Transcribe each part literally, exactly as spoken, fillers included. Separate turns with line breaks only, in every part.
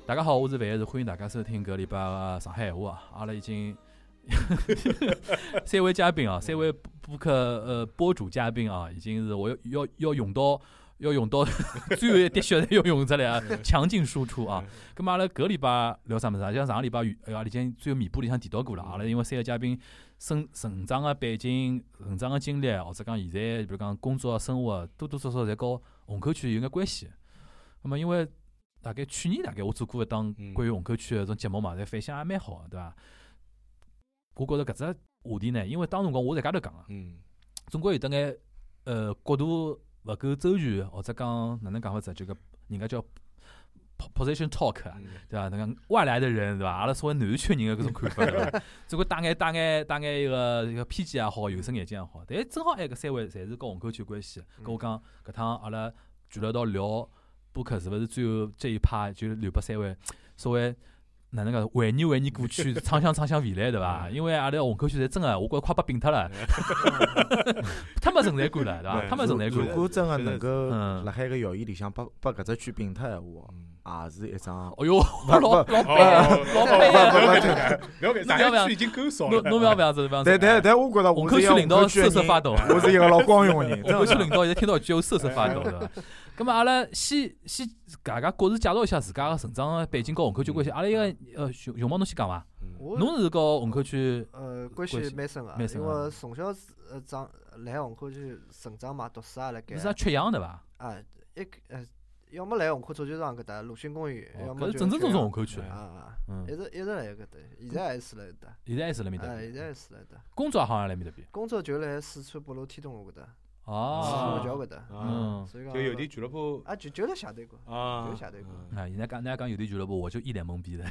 大家好，我是范是欢迎大家收听搿礼拜个上海话啊！阿拉已经三位嘉宾啊，三位播客呃播主嘉宾啊，已经是我要要要用到要用到最后一滴血要用出来啊，强劲输出啊！咁阿拉搿礼拜聊啥物事啊？像上个礼拜阿拉已经最后弥补里向提到过了，阿拉因为三个嘉宾生成长个背景、成长个经历，或者讲现在比如讲工作、生活，多多少少侪和虹口区有眼关系。咁么因为大概去年大概我做过一档关于虹口区的种节目嘛，侪反响也蛮好，对伐？我觉着搿只话题呢，因为当辰光我在家头讲个，
嗯，
总归有得眼呃角度勿够周全，或者讲哪能讲法子，就个人家叫 position talk，对伐？那个外来的人，对伐？阿拉所谓南区人的搿种看法，对伐？总归带眼带眼带眼一个一个偏见也好，有色眼镜也好，但正好埃搿三位侪是跟虹口区关系，跟我讲搿趟阿拉聚了一道聊。播客是勿是最后这一趴就留拨三位所谓哪能讲怀念怀念过去，畅想畅想未来，对伐？因为阿拉虹口区侪真个，我觉着快被病脱了，太没存在感了，对伐？太没存在感。
如果真个能够辣海个校园里向把把搿只区病脱闲话，也是一桩。
哦哟，老老悲，老悲
啊！不要上海区已经够少了，
侬侬勿要搿样子，搿样子。
但但但我觉着
虹口区领导瑟瑟发抖，
我是一个老光荣个人。
虹口区领导现在听到一句，我瑟瑟发抖，对伐？咁么阿拉先先大家各自介绍一下自家个成长个背景和虹口区关系。阿拉一个呃熊熊猫侬先讲伐？侬是和虹口区
呃关系蛮深个，因为从小呃长来虹口区成长嘛，读书啊辣盖。
是啥缺氧对伐？
啊，一呃要么来虹口足球场搿搭鲁迅公园，要么就
搿是正正宗宗虹口区
啊，一直一直辣搿搭，现在还是辣搿搭。
现在还是辣面搭。
哎，现在还是辣搿搭。
工作好像辣面搭边。
工作就辣四川北路天东路搿搭。
哦，
四川桥搿搭，
嗯，
所以讲
就邮电俱乐部
啊，就就辣下头过，
啊，
就下头过。
啊，现在讲，人家讲邮电俱乐部，我就一脸懵逼的。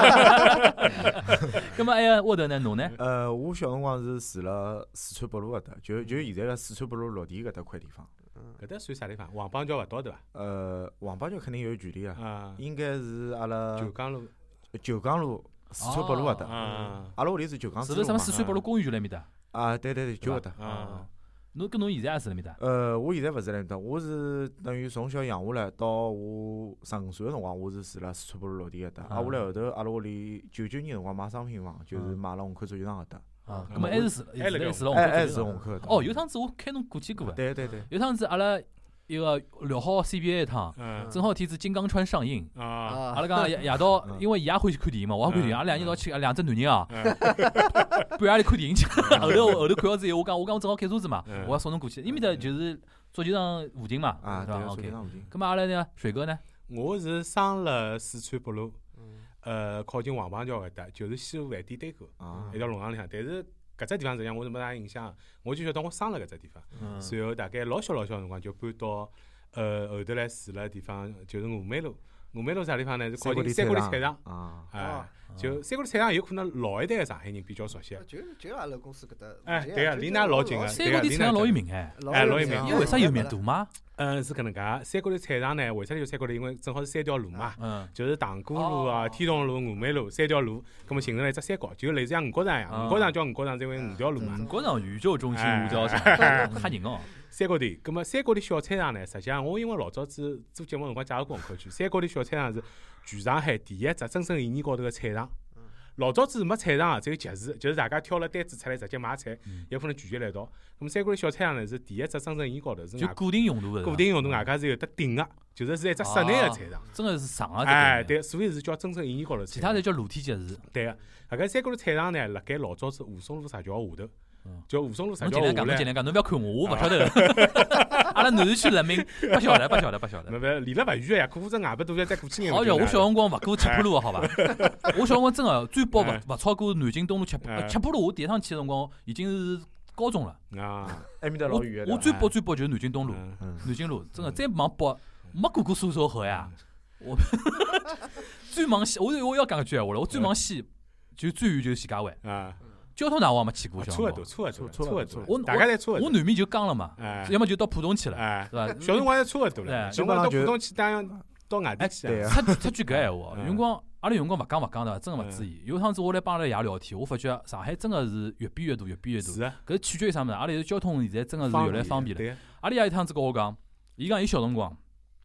咁么，哎呀，沃德呢？侬呢？
呃，我小辰光是住辣四川北路搿搭，就就现在个四川北路落地搿搭块地方。
搿搭算啥地方？黄浜桥勿到对伐？
呃，黄浜桥肯定有距离
啊，
应该是阿拉
九江路，
九江路四川北路搿搭。阿拉屋里是九江支路。
是勿是什么四川北路公园就辣面搭？
啊，对对对，就搿搭。
啊。侬跟侬现在也是辣面搭？
呃，我现在勿是辣面搭，我是等于从小养下来，到我十五岁个辰光，我是住辣四川北路落地搿搭。啊，下来后头，阿拉屋里九九年辰光买商品房，就是买了虹口足球场搿搭。
啊，咁么还是住，还是住
还还是虹口。
哦，有趟子我开侬过去过个。
对对对。
有趟子阿拉一个聊好 C B A 一趟，正好天子金刚川上映。
啊。
阿拉讲夜夜到，因为伊也欢喜看电影嘛，我也看电影，阿拉两人一道去，两只男人啊，半夜里看电影去。后头后头看到之后，我讲我讲我正好开车子嘛，我要送侬过去。伊面搭就是足球场附近嘛，
啊，
对伐
？OK。
咁么阿拉呢？水哥呢？
我是生辣四川北路，呃，靠近黄浜桥搿搭，就是西湖饭店对过，一条弄堂里向。但是搿只地方实际上我是没啥印象，我就晓得我生辣搿只地方，随后大概老小老小辰光就搬到呃后头来住了地方，就是峨眉路。峨眉路啥地方呢？是靠近三角里菜场啊，哎，就三角里菜场有可能老一代个上海人比较熟悉。
就就阿拉公司搿搭。
哎，对个，离㑚老近个。
三角里菜场老有名哎，
哎，老有名。
因为啥有名大吗？
嗯，是搿能介。三角里菜场呢，为啥叫三角里？因为正好是三条路嘛，就是塘沽路啊、天通路、峨眉路三条路，葛末形成了一只三角，就类似像五角场一样。五角场叫五角场，是因为五条路嘛。
五角场宇宙中心五角场，吓人哦。
三角里，葛末三角里小菜场呢，实际上我因为老早子做节目辰光介绍过虹口区，三角里小菜场是全上海第一只真正意义高头个菜场。老早子没菜场啊，只有集市，就是大家挑了单子出来直接买菜，有可能聚集辣一道。咁三角里小菜场呢是第一只真正意义高头是
就固定用途
的，固定用途外加是有得顶个，就是是一只室内个菜场，
真个是上个。
哎，对，所以是叫真正意义高头。
其他侪叫露天集市。
对个，搿个三角里菜场呢，辣盖老早子吴淞路石桥下头。叫吴淞路石桥下头。
侬尽量讲，侬尽量讲，侬勿要看我，我勿晓得。阿拉南市区人民不晓得，不晓得，不晓得。
勿勿，离了勿远个呀，可否只外八多再过去眼。
哦哟，我小辰光勿过七浦路个好伐？我小辰光真个最北勿勿超过南京东路七浦七浦路。我第一趟去个辰光已经是高中了
啊，
埃面搭老远
我最北最北就是南京东路、南京路，真个再往北没过过苏州河呀。我最往西，我我要讲一句闲话了，我最往西就最远就是徐家汇啊。交通大我没去过，
差勿多，差勿多，差勿多。
我
大家侪差勿多。
我南面就讲了嘛，要么就到浦东去了，是吧？
小辰光也差勿多了，小辰光到浦东去，当然到外地去啊。
出出句搿闲话，有辰光阿拉有辰光勿讲勿讲的，真个勿注意。有趟子我来帮阿拉爷聊天，我发觉上海真个是越变越大，越变越大。
是啊。
搿取决于啥物事？阿拉有交通现在真个是越来越方便了。阿拉爷一趟子跟我讲，伊讲伊小辰光，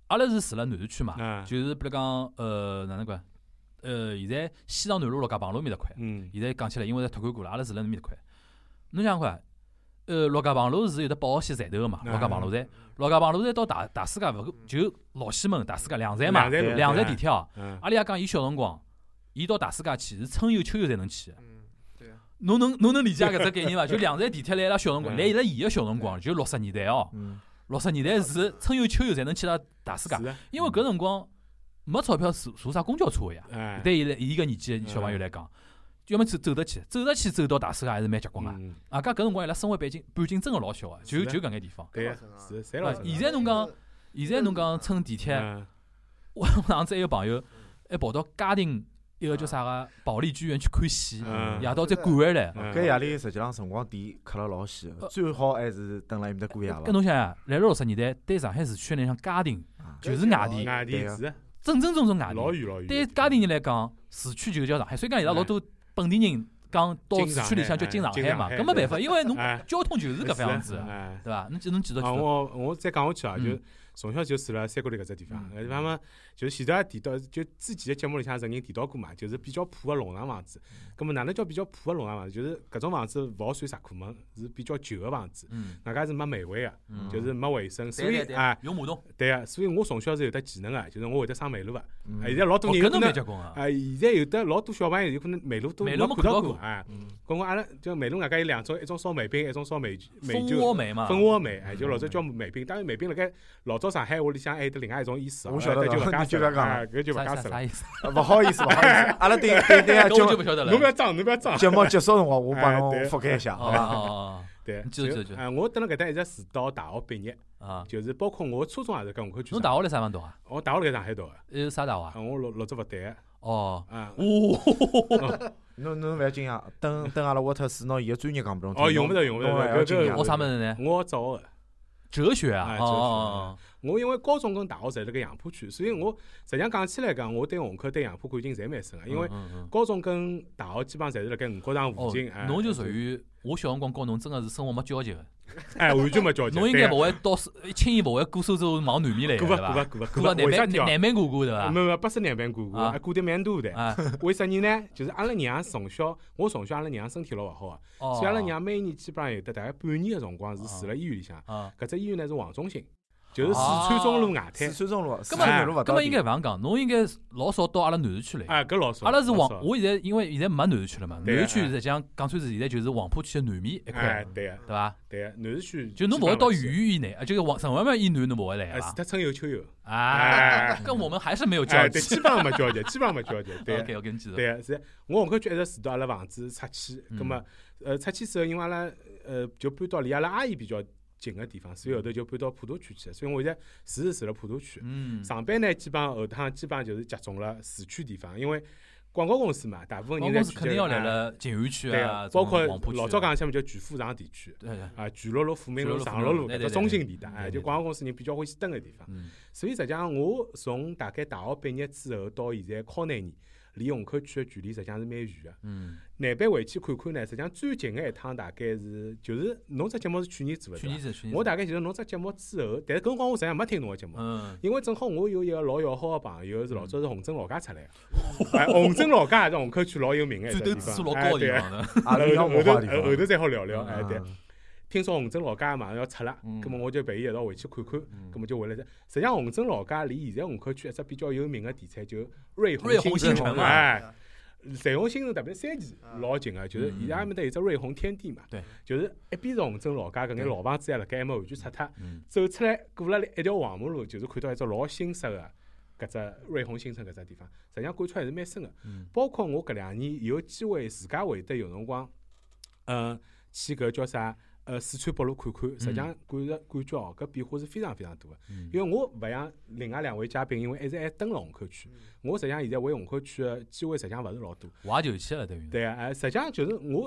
阿拉是住辣南市区嘛，
嗯
就是比如讲呃哪能讲？呃，现在西藏南路陆家浜路面搭块，
嗯
现在讲起来，因为拓宽过了，阿拉住辣那面搭块。侬想看，呃，陆家浜路是有得八号线站头个嘛？陆家浜路站，陆家浜路站到大大世界勿就老西门大世界两站嘛？两站地铁哦。阿拉爷讲，伊小辰光，伊到大世界去是春游秋游才能去。
嗯，对啊。
侬能侬能理解搿只概念伐？就两站地铁来伊拉小辰光，来伊拉伊个小辰光，就六十年代哦。六十年代是春游秋游才能去到大世界，因为搿辰光。没钞票坐坐啥公交车个呀？对伊来伊个年纪小朋友来讲，要么走走得去，走得去走到大世界还是蛮结棍个。啊，搿搿辰光伊拉生活背景半径真个老小个，就就搿眼地方。
对，是，侪老。
现在侬讲，现在侬讲乘地铁，我上次还有朋友还跑到嘉定一个叫啥个保利剧院去看戏，夜到再赶回来。
搿夜里实际上辰光点磕了老稀，最好还是等辣埃面搭过夜伐。
搿侬想呀，来了六十年代，对上海市区内像嘉定就是外地，
外地是。
正正宗宗外地，
老远老远。
对嘉定人来讲，市区就叫上海，所以讲伊拉老多本地人讲到市区里向叫进上海嘛，搿没办法，因为侬交通就是搿副样子，对伐？侬侬记得？
我我再讲下去啊，就从小就住辣三角里搿只地方，搿地方嘛，就是前头也提到，就之前个节目里向曾经提到过嘛，就是比较破个弄堂房子。葛末哪能叫比较破个弄堂房子？就是搿种房子勿好算石库门，是比较旧个房子，外加是没煤位个，就是没卫生，所以啊，
有马桶。
对个，所以我从小是有得技能个，就是我会得上煤路个。现在老多人有可能啊，现在有的老多小朋友有可能煤路都没看到过啊。搿我阿拉就煤路外加有两种，一种烧煤饼，一种烧煤煤酒。
蜂窝煤嘛。
蜂窝煤，哎，就老早叫煤饼。当然煤饼辣盖老早上海话里向还有得另外一种意思，
我晓得，
就勿
讲，
就
勿讲，
搿就勿解释了。
啥意思？
勿好意思，勿好意思。阿拉对对对啊，
就不晓得了。
侬勿要装，侬勿要装。
节目结束辰光，我帮侬覆盖一下，好
伐？
对，
记住记住。
啊，我蹲辣搿搭一直住到大学毕业，
啊，
就是包括我初中也是搿门口区。
侬大学辣啥地方读啊？
我大学辣盖上海读个。
有啥大学啊？
我六六只复旦。
哦。
啊。
哦。
侬侬勿要惊讶，等等阿拉沃特斯拿伊个专业讲拨侬。
哦，用勿着用勿着，搿
搿
我啥物事呢？
我早个。
哲学啊，
哦，我因为高中跟大学侪辣盖杨浦区，所以我实际上讲起来讲，我对虹口、对杨浦感情侪蛮深个。因为高中跟大学基本上侪是辣盖五角场附近。
侬就属于我小辰光跟侬真个是生活没交集个。
哎，完全没交集。
侬应该勿会到轻易勿会过苏州往南面来，
对伐？过过过
过南边南边过过对伐？
没没，不是南边过过，过得蛮多的。为啥人呢？就是阿拉娘从小，我从小阿拉娘身体老勿好个，所以阿拉娘每年基本上有得大概半年个辰光是住辣医院里向。搿只医院呢是黄中心。就是四川中路外滩，
四川中路，
搿么搿么应该勿样讲，侬应该老少到阿拉南市区来。
啊，搿老少。
阿拉是黄，我现在因为现在没南市区了嘛，南市区实际上讲穿是现在就是黄浦区的南面一块，
对个，
对伐？
对个，南市区
就侬勿会到豫园以内，啊，就是往城隍庙以南侬勿会来
啊。是它春游秋游
啊，跟我们还是没有交集，
基本上没交集，基本上没交集。对
，OK，我跟你记得。
对个，是我虹口区一直住到阿拉房子拆迁，葛末呃拆迁之后，因为阿拉呃就搬到离阿拉阿姨比较近个地方，所以后头就搬到普陀区去了。所以我现在住是住辣普陀区，
嗯，
上班呢基本上后趟基本上就是集中了市区地方，因为广告公司嘛，大部分人在
肯定要来了静安区啊，
包括老早讲下面叫巨富场地区，啊，巨鹿路、富民路、长乐路搿只中心地带，哎，就广告公司人比较欢喜蹲个地方。所以实际上我从大概大学毕业之后到现在考廿年，离虹口区的距离实际上是蛮远个。
嗯，
南边回去看看呢，实际上最近个一趟大概是就是侬只节目是去年做的，
去年是去年。
我大概就是侬只节目之后，但是搿辰光我实际上没听侬个节目，
嗯，
因为正好我有一个老要好个朋友是老早是洪镇老家出来个，哎，洪镇老家也是虹口区老有名个一只地方，
最头指数老高个地方
呢。后头后头再好聊聊，哎对。听说洪镇老家马上要拆了，咁么我就陪伊一道回去看看，咁么就回来。实际上洪镇老家离现在虹口区一只比较有名个地产就瑞
虹
新
城
哎。彩虹新城特别三期老近个，就是现在埃面搭有只瑞虹天地嘛，
对，
就是一边是洪镇老家搿眼老房子还辣盖还没完全拆脱，走出来过了一条黄马路，就是看到一只老新式个搿只瑞虹新城搿只地方，实际上感触还是蛮深个。包括我搿两年有机会自家会得有辰光，呃，去搿叫啥？呃，四川北路看看，实际上感觉感觉哦，搿变化是非常非常大个。因为我勿像另外两位嘉宾，因为一直还蹲辣虹口区，我实际上现在回虹口区个机会实际上勿是老多。
怀旧去了等于。
对啊，哎，实际上就是我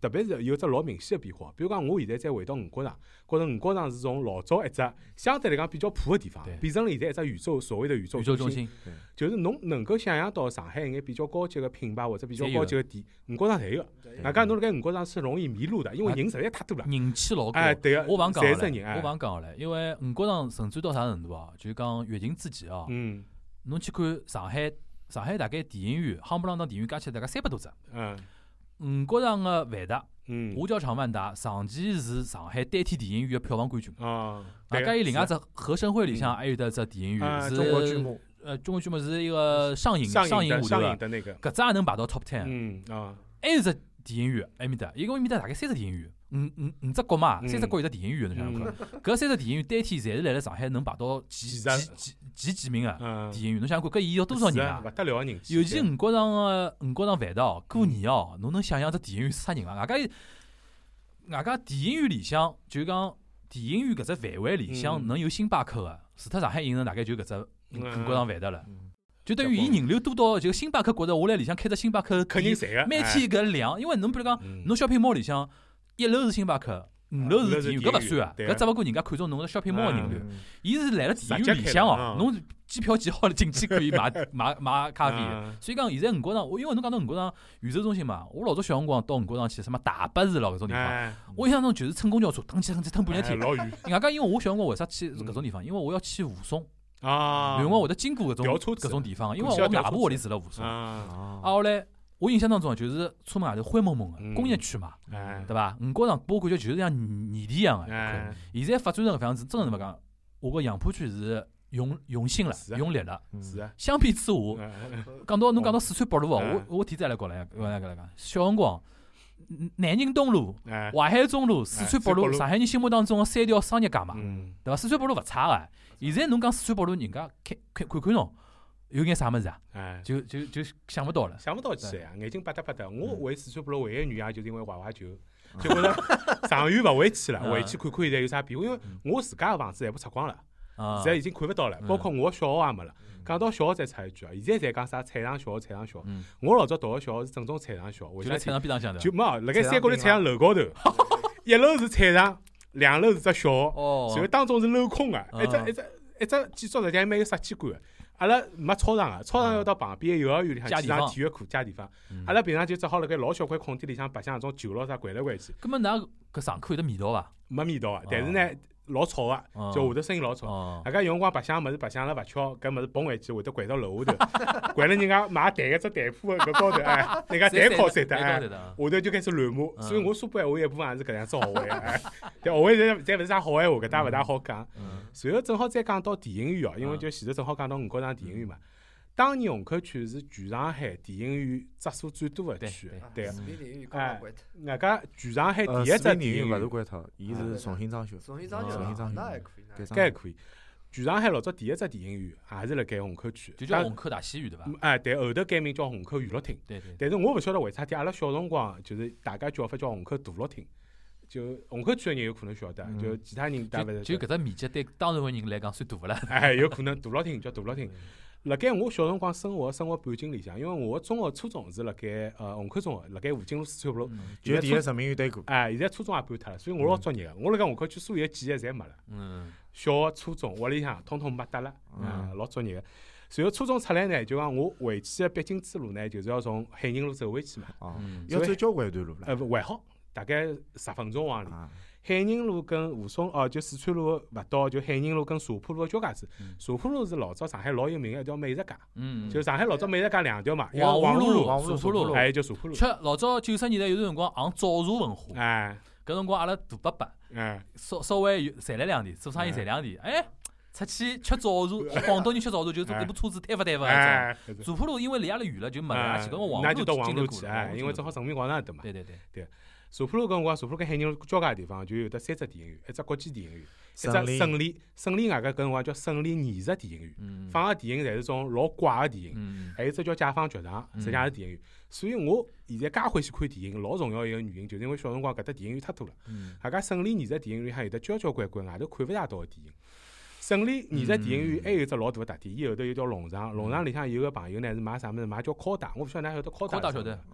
特别是有只老明显的变化。比如讲，我现在再回到五角场，觉着五角场是从老早一只相对来讲比较破的地方，变成了现在一只宇宙所谓的宇宙中心。就是侬能够想象到上海一眼比较高级的品牌或者比较高级的店，五角场侪有。外加侬辣盖五角场是容易迷路的，因为人实在太多了，
人气老高。
哎，对个，
我帮讲
嘞，
我帮讲嘞，因为五角场甚至到啥程度啊？就是讲疫情之前啊，
嗯，
侬去看上海，上海大概电影院，夯不啷当电影院加起来大概三百多只。
嗯，
五角场个万达，
嗯，
五角场万达长期是上海单天电影院的票房冠军。
啊，
外加有另外只合生汇里向还有得只电影院是
中国剧目，
呃，中国剧目是一个上映
上
映
上
映
的那个，
搿只也能排到 top ten。
嗯啊，
还有只电影院，埃面搭，一共埃面搭大概三只电影院，五五五只国嘛，三只国有只电影院，侬想想看，搿三只电影院单天侪是辣辣上海能排到前前前前几名个电影院，侬想想看，搿伊要多少人啊？
勿得了个人气。
尤其五角场个五角场万达哦，过年哦，侬能想象只电影院是啥人伐？外加外加电影院里向，就讲电影院搿只范围里向能有星巴克个，除脱上海影城大概就搿只五角场万达了。就等于伊人流多到，就星巴克觉着我来里向开只星巴克，
肯定赚个。
每天搿量，因为侬比如讲，侬 shopping mall 里向一楼是星巴克，五楼是电影院，搿勿算啊，搿只勿过人家看中侬个 shopping mall 个人流。伊是来了电影院里向哦，侬机票几好了进去可以买买买咖啡。所以讲现在五角场，我因为侬讲到五角场宇宙中心嘛，我老早小辰光到五角场去，什么大巴士咯搿种地方，我印象中就是乘公交车，蹬起蹬起蹬半日天。
老远。
外加因为我小辰光为啥去搿种地方？因为我要去武松。
啊，
因为我会得经过搿种搿种地方，因为我外婆屋里住辣武松。啊，后来我印象当中就是出门外头灰蒙蒙个工业区嘛，对伐？五角场拨我感觉就是像泥地一样个。现在发展成搿样子，真个是勿讲，我个杨浦区是用用心了，用力了。
是啊。
相比之下，讲到侬讲到四川北路哦，我我提再来讲来讲来讲，小辰光，南京东路、淮海中路、四川北路，上海人心目当中个三条商业街嘛，对伐？四川北路勿差个。现在侬讲四川北路，人家看看看看侬有眼啥物事啊？
哎，
就就就想勿到了，
想勿到去呀，眼睛巴嗒巴嗒。我回四川北路唯一原因就是因为怀怀旧，就觉着长远勿回去了，回去看看现在有啥变化。因为我自家个房子全部拆光了，现在已经看勿到了，包括我小学也没了。讲到小学再插一句啊，现在侪讲啥菜场小学、菜场小学。我老早读个小学是正宗菜场小学，
就辣菜场边浪向的，
就没辣盖三角里菜场楼高头，一楼是菜场。两楼是只小学，然后当中是镂空个，一只一只一只建筑实际上蛮有设计感个。阿拉没操场个，操场要到旁边幼儿园里向去上体育课加地方。阿拉平常就只好辣盖老小块空地里向白相那种球咯啥掼来掼去。
搿么㑚搿上课有得味道伐？
没味道个，但是呢老吵个，就下头声音老吵。大家有辰光白相物事白相了勿巧，搿物事蹦回去会得掼到楼下头，掼了人家买蛋个只蛋铺个搿高头，哎，人家蛋靠散的，哎，下头就开始乱骂。所以我苏北闲话一部分也是搿样子学会个，哎，但学会侪侪勿是啥好闲话，搿搭勿大好讲。随后正好再讲到电影院哦，因为就前头正好讲到五角场电影院嘛。当年虹口区是全上海电影院只数最多个区，对个。哎，外加全上海第一只电影院
勿是关脱，伊是重新装修。
重新装修，
重新装修，
那还可以，
搿还可以。全上海老早第一只电影院也是辣盖虹口区，
就叫虹口大戏院对伐？
哎，对，后头改名叫虹口娱乐厅。
对对。
但是我勿晓得为啥体，阿拉小辰光就是大家叫法叫虹口大乐厅。就虹口区个人有可能晓得，就其他人大勿
就搿只面积对当地个人来讲算大勿啦？
哎，有可能大乐厅叫大乐厅。辣盖我小辰光生活生活环境里向，因为我中学、初中是辣盖呃虹口中学，辣盖吴泾路四川北路，
就第一人民园对过。
哎，现在初中也搬脱了，所以我老作孽个。我辣盖虹口区所有记忆侪没了。
嗯。
小学、初中屋里向统统没得了，啊，老作孽个。随后初中出来呢，就讲我回去个必经之路呢，就是要从海宁路走回去嘛。
哦。要走交关段路了。
呃，勿还好，大概十分钟往里。海宁路跟吴淞哦，就四川路勿到，就海宁路跟茶浦路个交界处。茶浦路是老早上海老有名个一条美食街，嗯，就上海老早美食街两条嘛，一个黄河路、
茶浦路，
还有叫茶浦路。
吃老早九十年代有段辰光行早茶文化，
哎，
搿辰光阿拉大伯伯，哎，稍稍微有赚了两点，做生意赚两点，哎，出去吃早茶，广东人吃早茶就是一部车子推勿推勿那种。茶浦路因为离阿拉远了，就没了，去搿个黄
河
路
去，哎，因为正好人民广场搿搭嘛。
对对对
对。茶浦路搿辰光，茶浦路跟海宁路交界个地方就有得三只电影院，一只国际电影院，一只胜利，胜利外加搿辰光叫胜利艺术电影院，放个电影侪是种老怪个电影，还有只叫解放剧场，实际上是电影院。所以我现在介欢喜看电影，老重要一个原因就是因为小辰光搿搭电影院太多了，大家胜利艺术电影院还有得交交关关外头看勿大到个电影。胜利艺术电影院还有只老大个特点，伊后头有条农场，农场里向有个朋友呢是卖啥物事，卖叫烤打，我勿晓得㑚晓得烤打。
烤打晓得。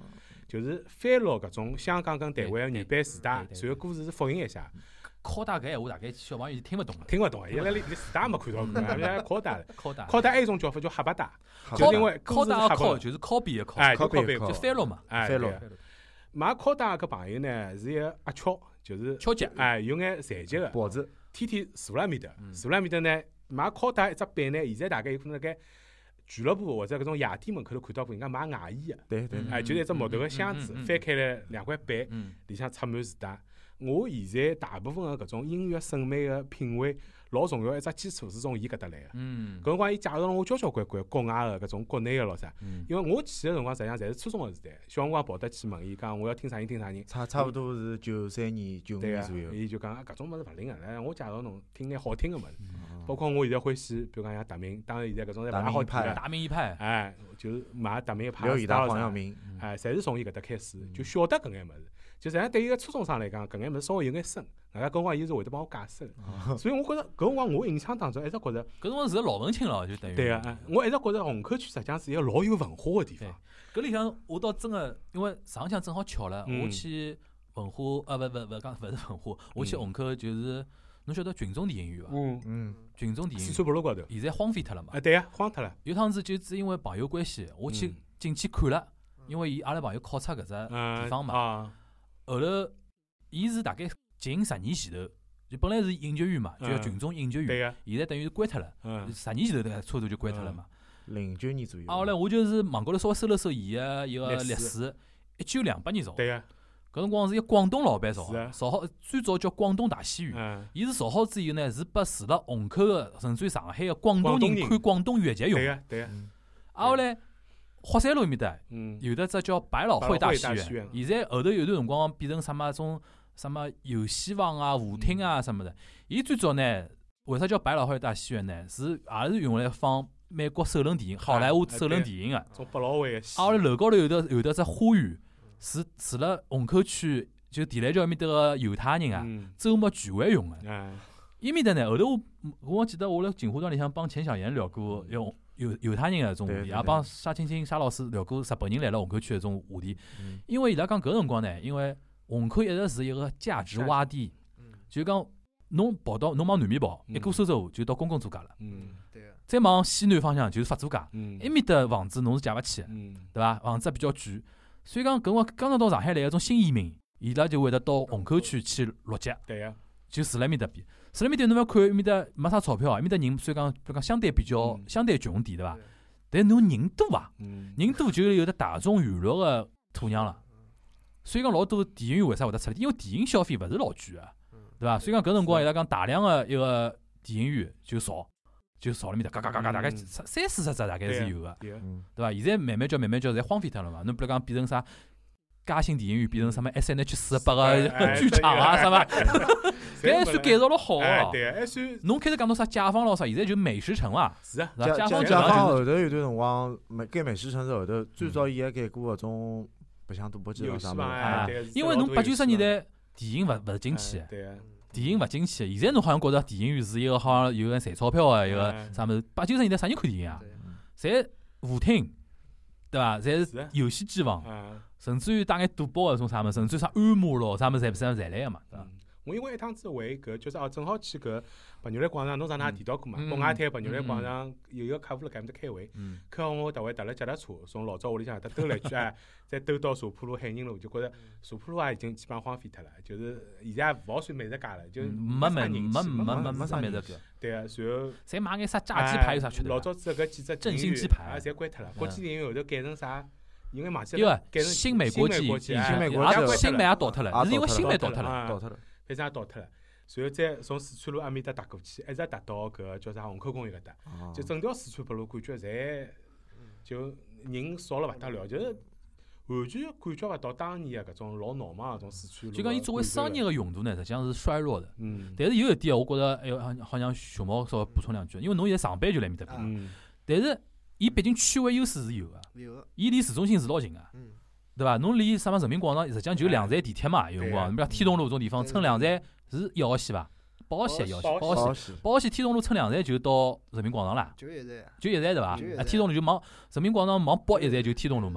就是翻录搿种香港跟台湾个原版磁带，然后故事是复印一下。
拷带搿闲话大概小朋友就听勿懂了，
听勿懂个，伊拉连连磁带没看到过，人家拷带。
拷带。
拷带还有一种叫法叫黑白带，就因为
拷带
个
拷就是拷贝个拷，
哎，
拷
贝
就翻录嘛，
哎，
翻录。
买拷带搿朋友呢是一个阿巧，就是
敲击，
哎，有眼残疾个，
脖子，
天天坐辣面搭，坐辣面搭呢买拷带一只版呢，现在大概有可能辣盖俱乐部或者搿种夜店门口头看到过人家卖外衣个，
对对，
哎，就是一只木头个箱子，翻开来两块板，里向插满磁带。我现在大部分个搿种音乐审美个品味，老重要一只基础是从伊搿搭来个。
嗯，
搿辰光伊介绍了我交交关关国外个搿种国内个咯啥，因为我去个辰光实际上侪是初中个时代，小辰光跑得去问伊讲我要听啥人听啥人。
差差不多是九三年、九五年左右。
伊就讲搿种物事勿灵个，来我介绍侬听眼好听个物事，包括我现在欢喜，比如讲像达明，当然现在搿种侪勿大好听个。
达明一派，
哎，就是买达明一派。
廖以达、黄耀明，
哎，侪是从伊搿搭开始，就晓得搿眼物事。就实际上对一个初中生来讲，搿眼物事稍微有眼深，人家搿辰光伊是会得帮我解释个，所以我觉着搿辰光我印象当中一直觉着，
搿辰光是个老文青了，就等于。
对个，我一直觉着虹口区实际上是一个老有文化个地方。
搿里向我倒真个，因为上向正好巧了，我去文化，呃，勿勿勿讲勿是文化，我去虹口就是侬晓得群众电影院伐？
嗯嗯，
群众电影院。
四川北路高头。
现在荒废脱了嘛？
啊，对个，荒脱了。
有趟子就是因为朋友关系，我去进去看了，因为伊阿拉朋友考察搿只地方嘛，后头。伊是大概近十年前头，就本来是影剧院嘛，就叫群众影剧院，现在等于是关脱了。十年前头，差不多就关脱了嘛。
零九年左右。
啊，后来我就是网高头稍微搜了搜伊个一个历史，一九两八年造。
对个。
搿辰光是一个广东老板造，造好最早叫广东大戏院。伊是造好之后呢，是拨住了虹口个甚至于上海个广东人看广东粤剧用。
对个对个。
啊，后来霍山路埃面搭有得只叫百老汇大戏院，现在后头有段辰光变成什么种。什么有希望啊、舞厅啊什么的，伊最早呢，为啥叫百老汇大戏院呢？是也是用来放美国首轮电影、好莱坞首轮电影个。
种百老汇个戏。
啊，后来楼高头有得有得只花园，是住辣虹口区就地兰桥埃面搭个犹太人啊，周末聚会用个。伊面搭呢，后头我我记得我辣锦湖端里向帮钱小妍聊过用犹犹太人个种话题，也帮沙青青沙老师聊过日本人来了虹口区个种话题。因为伊拉讲搿辰光呢，因为虹口一直是一个价值洼地，就讲侬跑到侬往南面跑，一过苏州河就到公共租界了。
嗯，对个。
再往西南方向就是法租界，
嗯，
埃面搭房子侬是借勿起，
嗯，
对伐？房子比较贵，所以讲搿辰光刚刚到上海来个种新移民，伊拉就会得到虹口区去落脚，
对个，
就住辣埃面搭边。住辣埃面搭侬勿要看埃面搭没啥钞票，埃面搭人虽然讲比如讲相对比较相对穷点，对伐？但侬人多啊，人多就有得大众娱乐个土壤了。所以讲老多电影院为啥会得出来？因为电影消费勿是老贵个，对伐？所以讲搿辰光伊拉讲大量个一个电影院就少，就少了面搭，嘎嘎嘎嘎，大概三四十只大概是有个，对伐？现在慢慢叫慢慢叫侪荒废脱了嘛。侬比如讲变成啥嘉兴电影院变成什么 S N H 四十八个剧场啊什么，搿还算改造了好哦。
对，还算。
侬开始讲到啥解放咯啥，现在就美食城啊。
是啊，
解放解放后头有段辰光，美改美食城是后头最早伊还改过搿种。白相赌博机咾啥物
事？
因为侬八九十年代电影勿勿景气，电影勿景气。现在侬好像觉着电影院是一个好像有人赚钞票个一个啥物事？八九十年代啥人看电影啊？侪舞厅，对伐？侪是游戏机房，甚至于打眼赌博个种啥物事，甚至于啥按摩咯啥物事，侪侪侪来个嘛，对伐？
我因为一趟子回搿就是哦，正好去搿白牛栏广场，侬上趟也提到过嘛？北外滩白牛栏广场有一个客户辣搿面搭开会，开好我特会踏了脚踏车，从老早屋里向搭兜了一圈，哎，再兜到茶浦路、海宁路，就觉着茶浦路也已经基本上荒废脱了，就是现在也勿好算美食街了，就
没没没没没没啥美食街。
对个，然后
侪买眼啥炸鸡排有啥吃的？
老早子搿几只
振兴鸡排
也侪关脱了，国际电影院后头改成啥？因为忘记
了，
改成
新美国际，
新美
国际，新美也倒脱了，是因为新美倒脱了，
倒脱了，
反正也倒脱了。然后再从四川路埃面搭踏过去，一直踏到搿叫啥虹口公园搿搭，就整条四川北路感觉侪就人少了勿得了，就是完全感觉勿到当年个搿种老闹忙搿种四川路。
就讲伊作为商业个用途呢，实际上是衰弱的。
嗯。
但是有一点，我觉着哎哟，好像熊猫稍微补充两句，因为侬现在上班就辣埃面搭边。
嗯。
但是伊毕竟区位优势是有个，
有个。
伊离市中心是老近个。嗯。对伐？侬离什么人民广场，实际上就两站地铁嘛，有辰光。侬比如天东路搿种地方，乘两站是一号线伐？八号线，一号线，八号线，八号线，天东路乘两站就到人民广场啦。
就一站。
就一站对伐？啊，天东路就往人民广场往北一站就天东路嘛。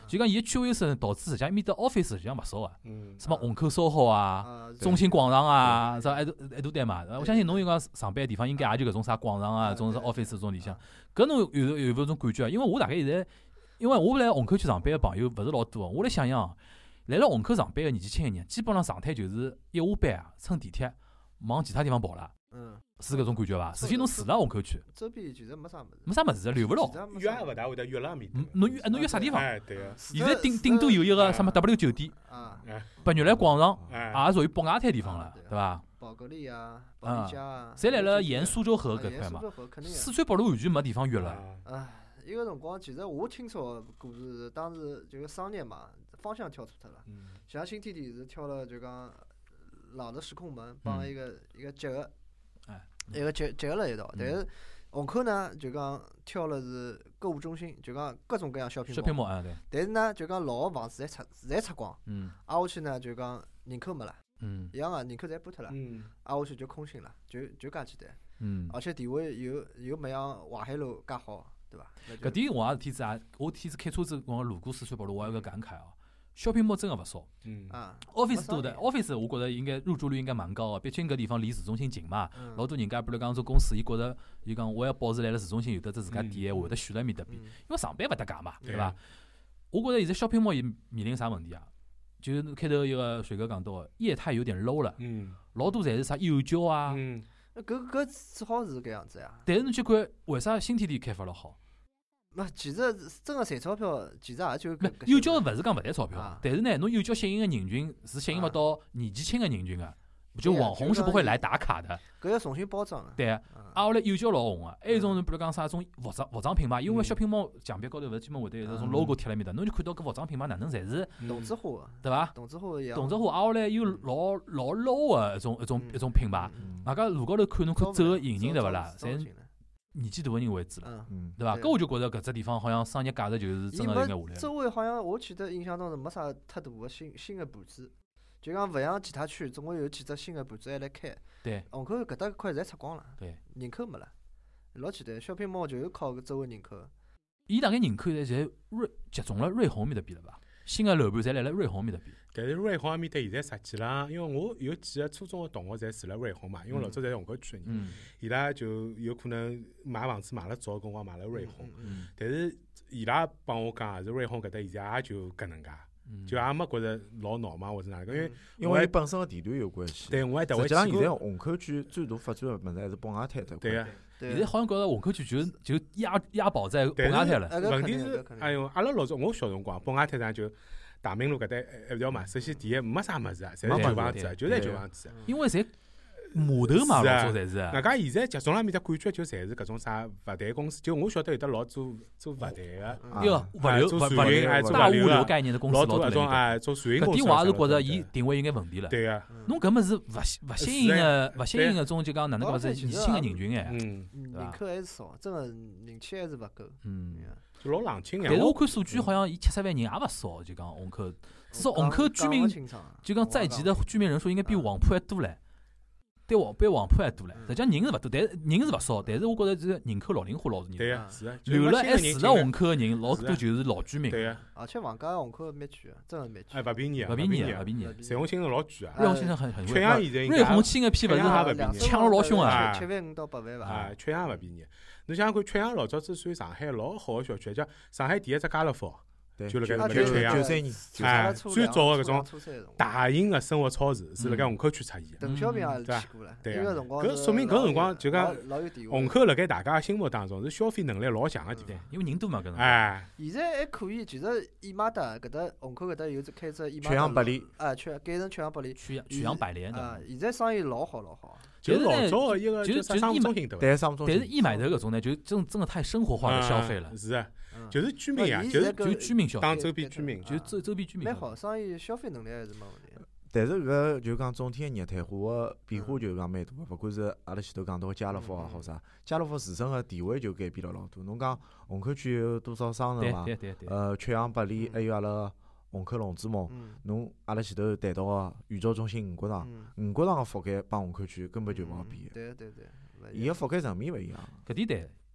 就讲伊个区位优势导致实际上埃面搭 office 实际上勿少个，
嗯，
什么虹口 S O H O 啊、中心广场啊，啥还都还都对嘛。我相信侬有讲上班个地方应该也就搿种啥广场啊，种啥 office 种里向，搿侬有有有搿种感觉啊？因为我大概现在，因为我来虹口区上班个朋友勿是老多，我来想想，来了虹口上班个年纪轻个人，基本上状态就是一下班啊，乘地铁往其他地方跑了。嗯，是搿种感觉伐？除非侬住辣虹口区，
周边其实没啥物事，
没啥物事，留勿牢。
约也勿大会得约辣面搭。
侬约侬约啥地方？
哎，对个。
现在顶顶多有一个什么 W 酒店，
啊，
白玉兰广场，也属于北外滩地方了，对伐？
宝格丽啊，保利家啊，
侪来了沿苏州河搿块嘛。四川北路完全没地方约了。
唉，伊个辰光其实我听说故事，当时就商业嘛，方向跳错脱了。像新天地是跳了就讲老的时空门帮一个一个结合。一个结结合了一道，但是虹口呢就讲挑了是购物中心，就讲各种各样小品
mall 啊对。
但是呢就讲老个房子侪拆侪拆光，
嗯，
挨下去呢就讲人口没了，
嗯，
一样个人口侪搬脱了，
嗯，
挨下去就空心了，就就介简单，
嗯，
而且地位又又没像淮海路介好，对伐？
搿点我也是天子啊，我天子开车子光路过四川北路，我有个感慨哦。小品 mall 真个勿少，
嗯
啊
，office 多的 ，office 我觉着应该入住率应该蛮高个，毕竟搿地方离市中心近嘛，老多人家比如讲做公司，伊觉着伊讲我要保持来了市中心有得只自家店，会得选辣埃面搭边，因为上班勿搭界嘛，对伐？我觉着现在小品 mall 伊面临啥问题啊？就是开头一个水哥讲到个业态有点 low 了，
嗯，
老多侪是啥幼教啊，
嗯，
搿搿只好是搿样子呀。
但是侬去看为啥新天地开发了好？
没，其实真个赚钞票，其实也就
搿幼教勿是讲勿赚钞票，但是呢，侬幼教吸引个人群是吸引勿到年纪轻个人群个，就网红是不会来打卡的。
搿要重新包装个。
对，啊，后来幼教老红个，还有一种比如讲啥种服装服装品牌，因为小品猫墙壁高头勿是专门会得有种 logo 贴辣面搭，侬就看到搿服装品牌哪能侪是
同质化，
对伐？
同质化一样。
同质化，啊后来又老老 low 个一种一种一种品牌，外加路高头看侬看走个行人对勿啦？侪年纪大个人为主了，对伐？搿我就觉着搿只地方好像商业价值就是真个应该下来。
周围好像我记得印象当中没啥太大个新新个盘子，就讲勿像其他区，总归有几只新个盘子还来开。
对。
虹口搿搭块侪拆光了，
对，
人口没了，老简单。小品 mall 就是靠搿周围人口。
伊大概人口现在侪瑞集中了瑞虹面搭边了伐？新个楼盘侪来了瑞虹面搭边。
但是瑞虹面搭现在实际浪，因为我有几个初中个同学侪住辣瑞虹嘛，因为老早侪虹口区个人，伊拉就有可能买房子买了早个辰光买了瑞虹，但是伊拉帮我讲，是瑞虹搿搭现在也就搿能介，就也没觉着老闹嘛或者哪能，因为
因为本身个地段有关系。
对，我还
实际上现在虹口区最大发展个物事还是北外滩这块。
对个，
现在好像觉着虹口区就就压压宝在北外滩了。
问题是，哎哟，阿拉老早我小辰光北外滩上就。大明路搿搭一条嘛，首先第一没啥物事啊，侪是旧房子，就侪旧房子。
因为侪码头嘛，老早侪是。
外加现在集中辣面搭感觉就侪是搿种啥物台公司，就我晓得有得老做做物台个，
哟，物流
做船运哎，做
大物流概念的公司
老
多
搿种哎，做船运公司。
搿点我也是觉着伊定位有眼问题了。
对个，
侬搿么是勿勿吸引个，勿吸引个种就讲哪能讲是年轻个人群哎，
嗯，
人口还是少，真个人气还是勿够。
嗯。
就老冷清个。
但是我看数据好像伊七十万人也勿少，就讲虹口，至少虹口居民就讲在籍的居民人数应该比黄埔还多唻，对黄比黄埔还多唻。实际上人是勿多，但是人是勿少，但是我觉着这人口老龄化老多人。
对个，是个。
留了还住辣虹口个人，老多就是老居民。
对个。
而且房价虹口蛮贵个，真个蛮贵。
哎，勿便宜
勿便宜，勿便宜。
彩虹新城老贵啊。
瑞虹新城很很贵。
确阳现在
瑞虹轻个批勿是抢了老凶啊！
七万五到八万伐？
啊，确阳勿便宜。侬想想看，确阳老早子算上海老好个小区，叫上海第一只家乐福，就辣盖辣盖确阳。
九三年，
哎，最早个搿种大型个生活超市是辣盖虹口区出现个。
邓小平也是去过了，
对
个辰光。
搿说明搿辰光就讲
老有地位。
虹口辣盖大家心目当中是消费能力老强个地方，
因为人多嘛，搿辰光。
哎，
现在还可以，其实易马达搿搭虹口搿搭有只开只易马达。
全阳百里。
啊，全改成全阳百里。
全全阳百联
啊，现在生意老好老好。
就是
老早个一个
就是就是
商务中心对伐？
但是易买头搿种呢，就真真的太生活化的消费了。
是啊，就是居民啊，就是
就居民消费，
当周边居民，
就周周边居民。
蛮好，生意消费能力还是没问题。
但是搿就讲总体个业态化个变化就讲蛮大个，勿管是阿拉前头讲到个家乐福也好啥，家乐福自身个地位就改变了老多。侬讲虹口区有多少商城嘛？
对对对。
呃，全阳百里还有阿拉。虹口龙之梦，侬阿拉前头谈到个宇宙中心五角场，五角场个覆盖帮虹口区根本就勿好比。
对对对，
伊个覆盖层面勿一样。
搿点对，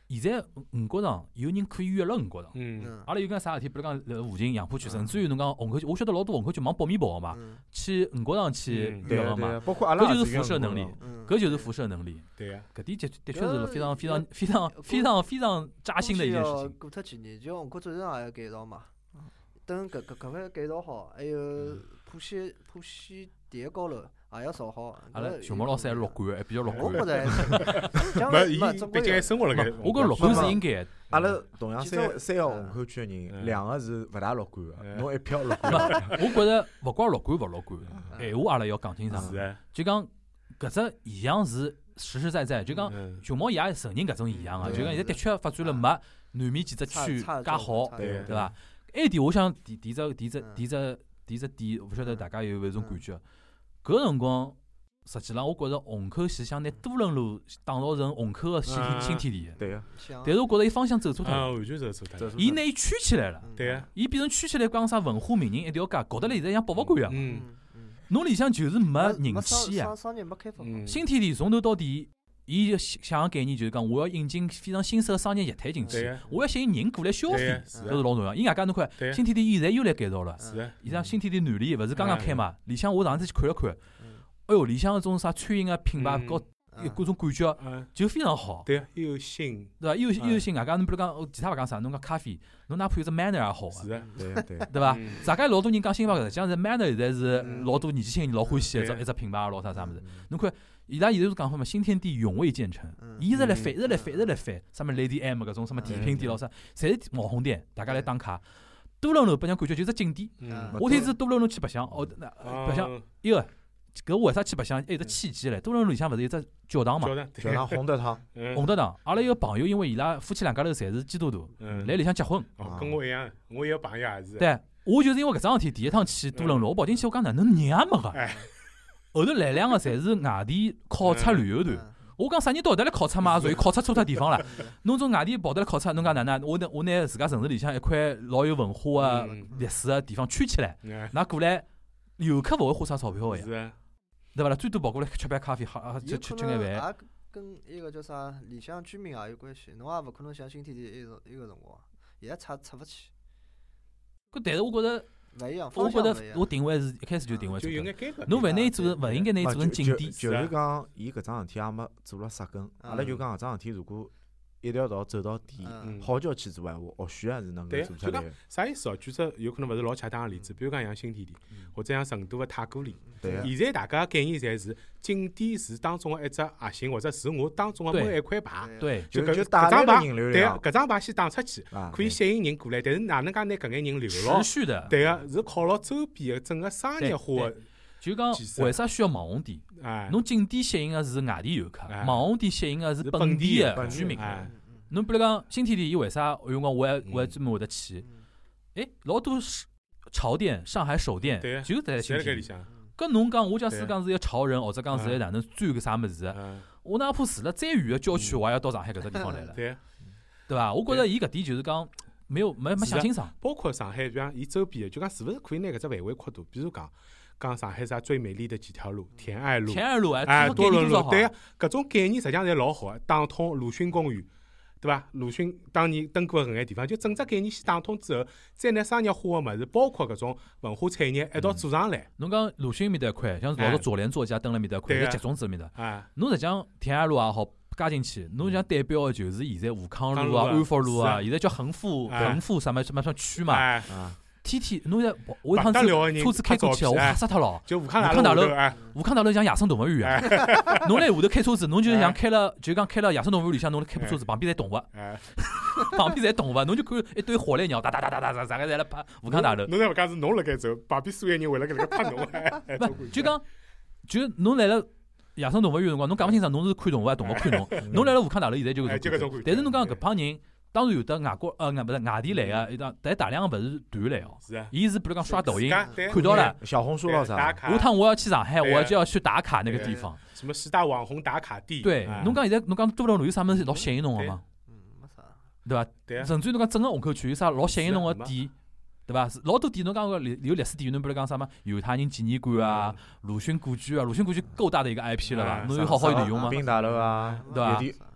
现在五角场有人可以约了五角场。
嗯，
阿拉有讲啥事体，比如讲辣附近杨浦区，甚至于侬讲虹口区，我晓得老多虹口区忙北面跑个嘛，去五角场去约个嘛。
包括阿拉
搿就是辐射能力，搿就是辐射能力。
对呀，
搿点的的确是非常非常非常非常非常扎心的一件事情。
过脱几年，就虹口转场也要改造嘛。等搿搿搿块改造好，还有浦西浦西第一高楼也要造好。
阿拉熊猫老师还乐观，还比较乐观。
我觉着，
没，伊毕竟还生活辣盖。
我觉乐观是应该。
阿拉同样三三个虹口区个人，两个是勿大乐观个，侬一票乐观。
我觉着勿怪乐观勿乐观，闲话阿拉要讲清爽。
是
就讲搿只现象是实实在在，就讲熊猫伊也承认搿种现象个，就讲现在的确发展了没南面几只区介好，对伐？埃点我想提提只提只提只提只点，勿晓得大家有勿有种感觉？搿辰光实际上我觉着虹口市想拿多伦路打造成虹口个新新天地，
对个。
但是我觉着伊方向走错脱
了，完全走错脱。
伊拿伊圈起来了，
对个。
伊变成圈起来讲啥文化名人一条街，搞得来现在像博物馆一样。侬里向就是没人气呀。新天地从头到底。伊想个概念就是讲，我要引进非常新式个商业业态进去，我要吸引人过来消费，搿是老重要。伊外加侬看，新天地现在又来改造了，伊像新天地南里勿是刚刚开嘛？里向我上次去看了看，哎哟，里向搿种啥餐饮个品牌高各种感觉就非常好。
对，又有新，
对伐？又又有新，外加侬比如讲其他勿讲啥，侬讲咖啡，侬哪怕有只 Manner 也好
个，
对对
对伐？大家老多人讲星巴克，实际上是 Manner 现在是老多年纪轻人老欢喜一只一只品牌，老啥啥物事。侬看。伊拉现在是讲法嘛，新天地永未建成，伊一直来翻，一直来翻，一直来翻，啥么 Lady M 搿种什么甜品店咯啥，侪是网红店，大家来打卡。多伦路拨人感觉就是景点。我天是多伦路去白相，哦，白相一个，搿为啥去白相？还有只契机唻。多伦路里向勿是有只教堂嘛？
教堂洪德堂，
洪德堂。阿拉有个朋友，因为伊拉夫妻两家头侪是基督徒，来里向结婚。
哦，跟我一样，我有朋友也是。
对，我就是因为搿桩事体，第一趟去多伦路，我跑进去，我讲哪能人也没个。后头来两个侪是外地考察旅游团，我讲啥人到搿搭来考察嘛？属于考察错脱地方了。侬从外地跑得来考察，侬讲哪能？我我拿自家城市里向一块老有文化啊、历史个地方圈起来，那过来游客勿会花啥钞票个呀，对伐啦？最多跑过来吃杯咖啡，好吃吃吃眼饭。
也跟一个叫啥里向居民也有关系，侬也勿可能像新天地一个一个辰光，现在出出勿去。
搿但是我觉着。我觉得我定位是一开始就定位错的。侬勿拿伊做，勿应该拿伊做成景点。
就是讲，伊搿桩事体也没做了杀根。阿拉就讲搿桩事体，如果一条道走到底，好叫去做闲话，或许还是能够做出来。
啥意思哦？举只有可能勿是老恰当个例子，比如讲像新天地，或者像成都个太古里。现在大家概念侪是景点是当中个一只核心，或者是我当中个某一块牌。
对，
就
搿
搿张
牌，对个，搿张牌先打出去，可以吸引人过来。但是哪能介拿搿眼人留牢？
持续的。
对个，是靠牢周边个整个商业化。
就讲为啥需要网红店？侬景点吸引个是外地游客，网红店吸引个是本地个居民。侬比如讲新天地，伊为啥有辰光我还我还专门会得去？哎，老多潮店、上海首店就在新天地。搿侬讲，我假使讲是一个潮人，或者讲是哪能钻个啥物事，我哪怕住了再远个郊区，我也要到上海搿只地方来了，对伐？我觉着伊搿点就是讲没有没没想清爽。
包括上海，就讲伊周边，就讲是勿是可以拿搿只范围扩大？比如讲，讲上海啥最美丽的几条路，田爱路、
田爱路
哎，多伦路，对个，搿种概念实际上侪老好，打通鲁迅公园。对伐？鲁迅当年登过搿眼地方，就整只概念先打通之后，再拿商业化个物事，包括搿种文化产业一道做上来。
侬讲鲁迅面搭一块，像老多左联作家登了面搭一块，在集中子面搭。啊，侬实际上田爱路也好加进去，侬想代表个就是现在武康路啊、安福路啊，现在叫恒富、恒富什么什么什么区嘛。啊，天天侬在我一趟子车子开过去，我吓死脱了。
就武康
大楼，武康大楼像野生动物园啊！侬来下头开车子，侬就像开了，就讲开了野生动物园里向，侬开部车子旁边侪动物，旁边侪动物，侬就看一堆火烈鸟，哒哒哒哒哒哒，大家侪辣拍武康大楼。
侬再勿讲是侬辣盖走，旁边所有人为了搿个拍侬。
不，就讲就侬来了野生动物园辰光，侬讲勿清爽，侬是看动物还是动物看侬？侬来了武康大楼，现在就搿种。但是侬讲搿帮人。当然有的外国呃，勿是外地来个，一档但大量个勿是团来哦。是啊。伊是比如讲刷抖音看到了
小红书咯啥。
下趟我要去上海，我就要去打卡那个地方。
什么十大网红打卡地？
对，侬讲现在侬讲多伦路有啥物事老吸引侬个吗？
嗯，没啥。
对伐？对。甚至于侬讲整个虹口区有啥老吸引侬个店，对伐？老多店侬讲个有历史店，侬比如讲啥么犹太人纪念馆啊、鲁迅故居啊，鲁迅故居够大的一个 I P 了吧？侬有好好利用吗？
滨大楼啊，
对伐？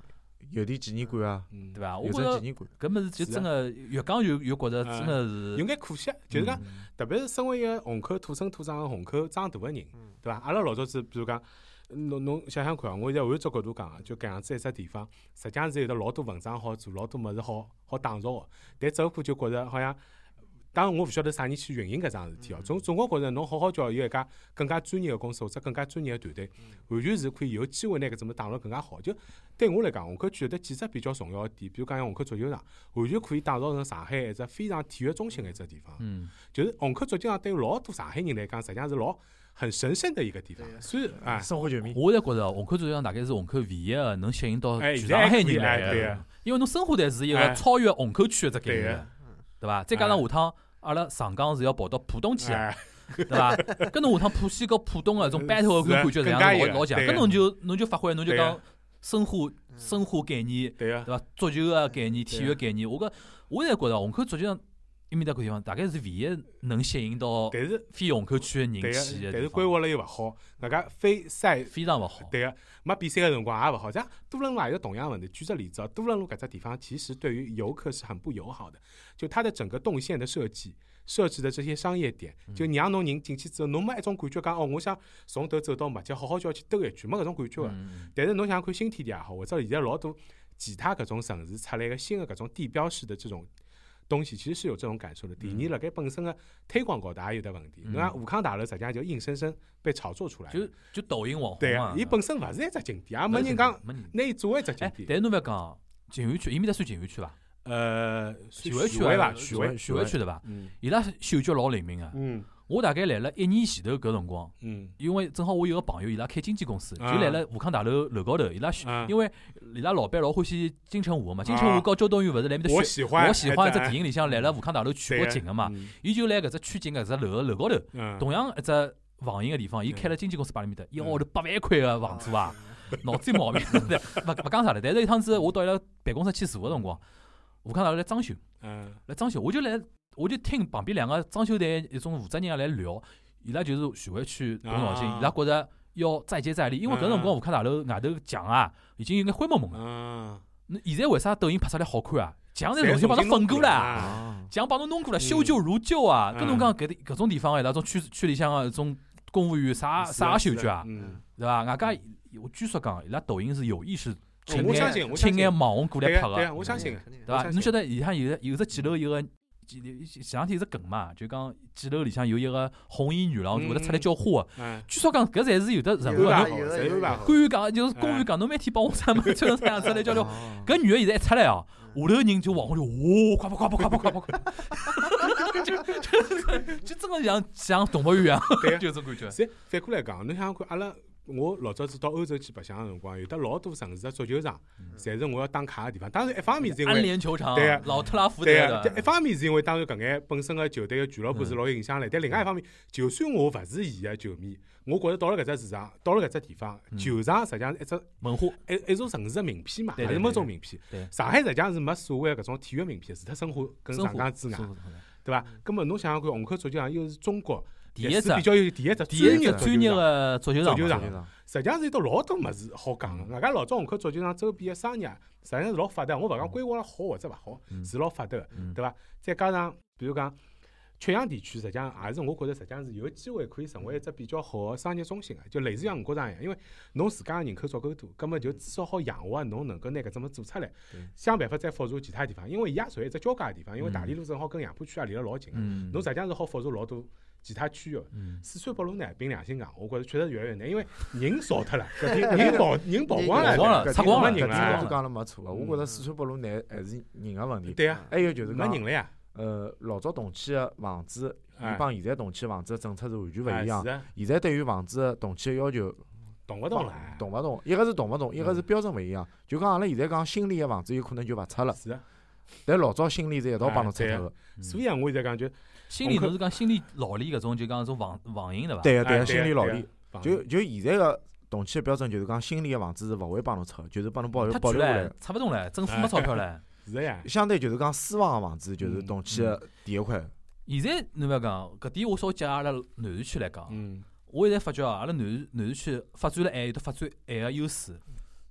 有点纪念感啊，
对伐？我
有
觉着
种纪念感。
搿物事就真个越讲越越觉着真个是
有眼可惜，就是讲，特别是身为一个虹口土生土长个虹口长大个人，对伐？阿拉老早子，比如讲，侬侬想想看啊，我现在换只角度讲啊，就搿样子一只地方，实际上是有得老多文章好做，老多物事好好打造个。但只不过就觉着好像。当然，我勿晓得啥人去运营搿桩事体哦。总总归觉着侬好好教育一家更加专业个公司或者更加专业个团队，完全是可以有机会拿搿只物打造更加好。就对我来讲，虹口区有得几只比较重要个点，比如讲像虹口足球场，完全可以打造成上海一只非常体育中心个一只地方。
嗯，
就是虹口足球场对于老多上海人来讲，实际上是老很神圣的一个地方。所以啊，
生活全面。
我现在觉着虹口足球场大概是虹口唯一个能吸引到
哎
全上海人来
对
个，因为侬生活台是一个
哎
超越虹口区个只概
对
念，对伐？再加上下趟。阿拉上港是要跑到浦东去，
哎
对伐？跟侬下趟浦西和浦东个种 battle 个感觉，实际上是老老强。跟侬就侬就发挥，侬就讲生活生活概念，
对个，
对伐？足球个概念、体育概念，我觉我现在觉着虹口足球场埃面搭搿地方，大概是唯一能吸引到
但是
非虹口区个人
对
去个。
个，但是规划了又勿好，外加非赛
非常勿好。
对个，没比赛个辰光也勿好。像多伦路也有同样问题。举个例子啊，多伦路搿只地方其实对于游客是很不友好的，就它的整个动线的设计。设置的这些商业点，就让侬人进去之后，侬没一种感觉讲哦，我想从头走到末脚，好好叫去兜一圈，没搿种感觉个。
嗯、
但是侬想看新天地也好，或者现在老多其他搿种城市出来个新的搿种地标式的这种东西，其实是有这种感受的。第二，辣盖本身个推广高头也有得问题。侬看武康大楼实际上就硬生生被炒作出来，
就就抖音网红
对
嘛。
伊本身勿是一只景点，也没人讲拿伊作为一只景点。
但是侬勿要讲静园区，伊面搭算静园区伐？
呃，
徐汇区
伐？
徐
汇
徐汇区对伐？
嗯，
伊拉嗅觉老灵敏个。
嗯，
我大概来了一年前头搿辰光，
嗯，
因为正好我有个朋友，伊拉开经纪公司，就来了武康大楼楼高头，伊拉因为伊拉老板老欢喜金城武个嘛，金城武和交动员勿是来面搭
我喜欢，
我喜欢一只电影里向来了武康大楼取过景个嘛，伊就来搿只取景搿只楼个楼高头，同样一只房型个地方，伊开了经纪公司摆里面搭，一号头八万块个房租啊，脑子有毛病，勿勿讲啥了。但是一趟子我到伊拉办公室去坐个辰光。武康大楼来装修，
嗯，
来装修，我就来，我就听旁边两个装修队一种负责人来聊，伊拉就是徐汇区动脑筋，伊拉觉着要再接再厉，因为搿辰光武康大楼外头墙啊已经有眼灰蒙蒙了。那现在为啥抖音拍出来好看啊？墙侪重新帮侬粉过了，墙帮侬弄过了，修旧如旧啊！跟侬讲搿搿种地方哎，那种区区里向个种公务员啥啥修旧啊，对伐？外加我据说讲，伊拉抖音是有意识。请眼请眼网红过来拍个，
对我相信，
对伐？侬晓得，现在有有只几楼有个前两天有只梗嘛，就讲几楼里向有一个红衣女郎会得出来浇花个，据说讲搿才是有的人物啊。官员讲就是公务员讲，侬每天帮我穿么穿成啥样子来浇浇。搿女个现在一出来哦，下头人就网红就哇，夸夸夸夸夸夸夸夸，就就真个像像动物园一样，就这感觉。
所以反过来讲，侬想想看，阿拉。我老早子到欧洲去白相个辰光，有得老多城市个足球场，侪是我要打卡个地方。当然，一方面是因为
安联球场，
对个
老特拉福德
的。一方面是因为当然搿眼本身个球队个俱乐部是老有影响力，但另外一方面，就算我勿是伊个球迷，我觉着到了搿只市场，到了搿只地方，球场实际上是一只
文化，
一一座城市个名片嘛，还是某种名片。上海实际上是没所谓搿种体育名片，除脱申花跟上港之外，对伐？葛末侬想想看，虹口足球场又是中国。
第一只
比较有第一只
专业
专
业个足球场，
足球场实际上是有得老多物事好讲个。外加老早虹口足球场周边个商业实际上是老发达，我勿讲规划了好或者勿好，是老发达个，对伐？再加上比如讲曲阳地区，实际上也是我觉着实际上是有机会可以成为一只比较好个商业中心个，就类似像五角场一样，因为侬自家个人口足够多，葛末就至少好养活侬能够拿搿只物做出来，想办法再复杂其他地方，因为伊也属于一只交界个地方，因为大理路正好跟杨浦区也离得老近个，侬实际上是好复杂老多。其他区域，四川北路呢，凭良心讲，我觉着确实越来越难，因为人少脱了，人跑人跑光了，
拆光了，
人了。
是讲了没错个，我觉着四川北路难还是人个问题。
对呀，
还有就是
没人了呀。
呃，老早动迁个房子，伊帮现在动迁房子个政策是完全勿一样。现在对于房子个动迁个要求，
动勿动了，
动勿动，一个是动勿动，一个是标准勿一样。就讲阿拉现在讲新里个房子，有可能就勿拆了。
是。
但老早新里是一道帮侬拆脱个。
所以啊，我现在讲就。
新里侬是讲新里老里搿种，就讲种房房型对伐？
对个对个，新里老里，就就现在个动迁个标准就是讲新里个房子是勿会帮侬拆，就是帮侬保留保留下来。
拆勿动唻，政府没钞票唻。
是个呀。
相对就是讲私房个房子，就是动迁个第一块。
现在侬勿要讲，搿点我稍微接阿拉南市区来讲，
嗯，
我现在发觉啊，阿拉南南市区发展了晚，有得发展晚个优势。